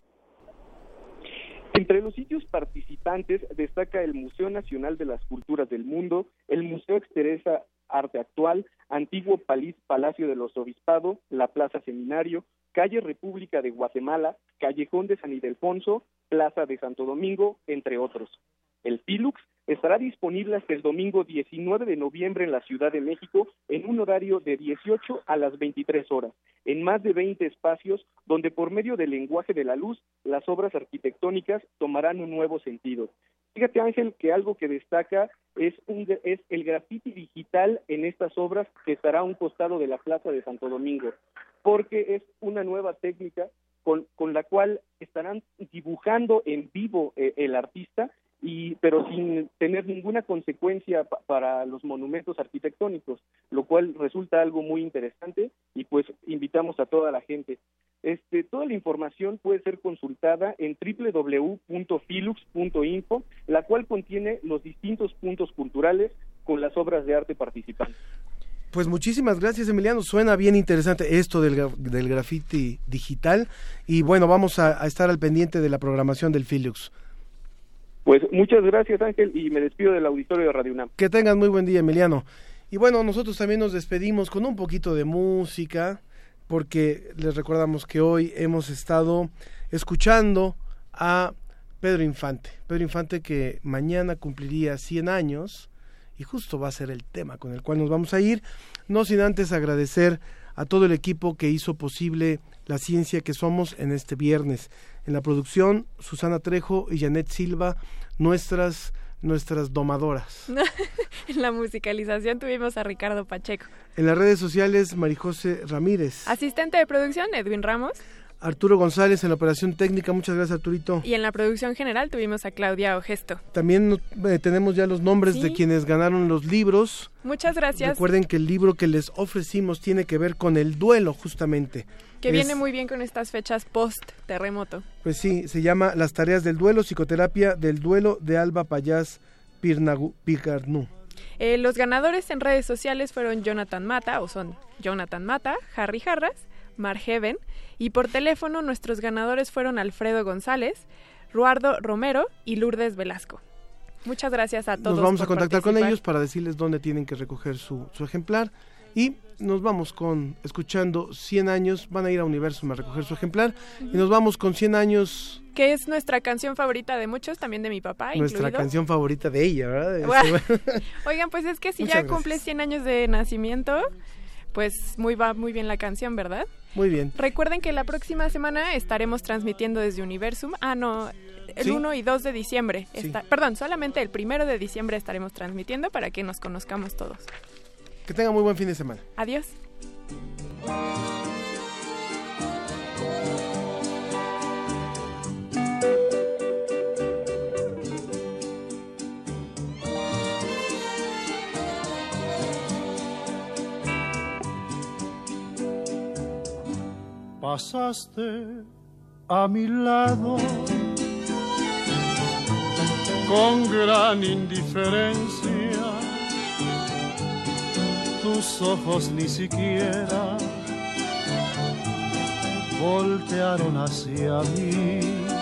Entre los sitios participantes destaca el Museo Nacional de las Culturas del Mundo, el Museo Exteresa Arte Actual, Antiguo Palacio de los Obispados, la Plaza Seminario, Calle República de Guatemala, Callejón de San Ildefonso, Plaza de Santo Domingo, entre otros. El Philux estará disponible hasta el domingo 19 de noviembre en la Ciudad de México en un horario de 18 a las 23 horas, en más de 20 espacios donde por medio del lenguaje de la luz, las obras arquitectónicas tomarán un nuevo sentido. Fíjate, Ángel, que algo que destaca es el grafiti digital en estas obras que estará a un costado de la Plaza de Santo Domingo, porque es una nueva técnica con la cual estarán dibujando en vivo el artista, pero sin tener ninguna consecuencia para los monumentos arquitectónicos, lo cual resulta algo muy interesante, y pues invitamos a toda la gente. Toda la información puede ser consultada en www.philux.info, la cual contiene los distintos puntos culturales con las obras de arte participantes. Pues muchísimas gracias, Emiliano. Suena bien interesante esto del grafiti digital, y bueno, vamos a estar al pendiente de la programación del Philux. Pues muchas gracias, Ángel, y me despido del auditorio de Radio UNAM. Que tengan muy buen día, Emiliano. Y bueno, nosotros también nos despedimos con un poquito de música, porque les recordamos que hoy hemos estado escuchando a Pedro Infante. Pedro Infante, que mañana cumpliría 100 años, y justo va a ser el tema con el cual nos vamos a ir, no sin antes agradecer a todo el equipo que hizo posible La Ciencia que Somos en este viernes. En la producción, Susana Trejo y Janet Silva, nuestras domadoras. En la musicalización tuvimos a Ricardo Pacheco. En las redes sociales, Marijose Ramírez. Asistente de producción, Edwin Ramos. Arturo González en la operación técnica, muchas gracias, Arturito. Y en la producción general tuvimos a Claudia Ogesto. También tenemos ya los nombres de quienes ganaron los libros. Muchas gracias. Recuerden que el libro que les ofrecimos tiene que ver con el duelo, justamente. Que viene muy bien con estas fechas post-terremoto. Pues sí, se llama Las tareas del duelo, psicoterapia del duelo, de Alba Payás Pigarnú. Los ganadores en redes sociales fueron Jonathan Mata, Harry Jarras, Marheven, y por teléfono nuestros ganadores fueron Alfredo González, Ruardo Romero y Lourdes Velasco. Muchas gracias a todos. Nos vamos a contactar con ellos para decirles dónde tienen que recoger su ejemplar, y nos vamos escuchando 100 años, van a ir a Universum a recoger su ejemplar, y nos vamos con 100 años... Que es nuestra canción favorita de muchos, también de mi papá nuestra incluido. Canción favorita de ella, ¿verdad? Bueno. Oigan, pues es que si ya cumple 100 años de nacimiento, pues va muy bien la canción, ¿verdad? Muy bien. Recuerden que la próxima semana estaremos transmitiendo desde Universum. El 1 y 2 de diciembre. Solamente el 1 de diciembre estaremos transmitiendo para que nos conozcamos todos. Que tengan muy buen fin de semana. Adiós. Pasaste a mi lado con gran indiferencia, tus ojos ni siquiera voltearon hacia mí.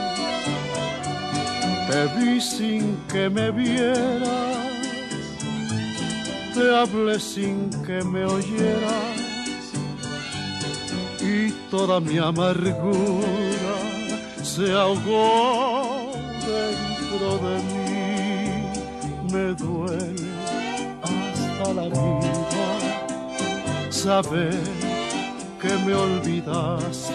Te vi sin que me vieras, te hablé sin que me oyeras, y toda mi amargura se ahogó dentro de mí. Me duele hasta la vida saber que me olvidaste,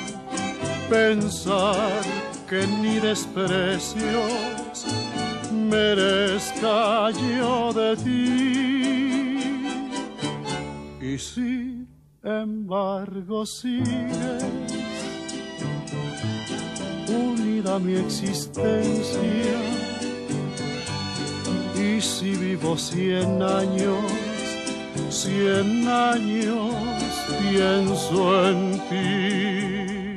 pensar que ni desprecios merezca yo de ti. Y sin embargo sigues unida a mi existencia, y si vivo 100 años pienso en ti.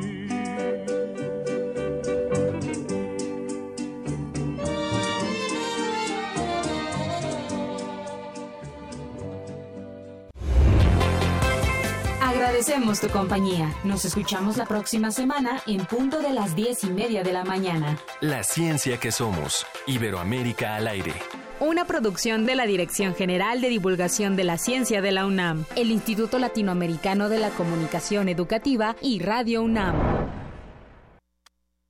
Agradecemos tu compañía. Nos escuchamos la próxima semana en punto de las 10:30 de la mañana. La Ciencia que Somos. Iberoamérica al aire. Una producción de la Dirección General de Divulgación de la Ciencia de la UNAM, el Instituto Latinoamericano de la Comunicación Educativa y Radio UNAM.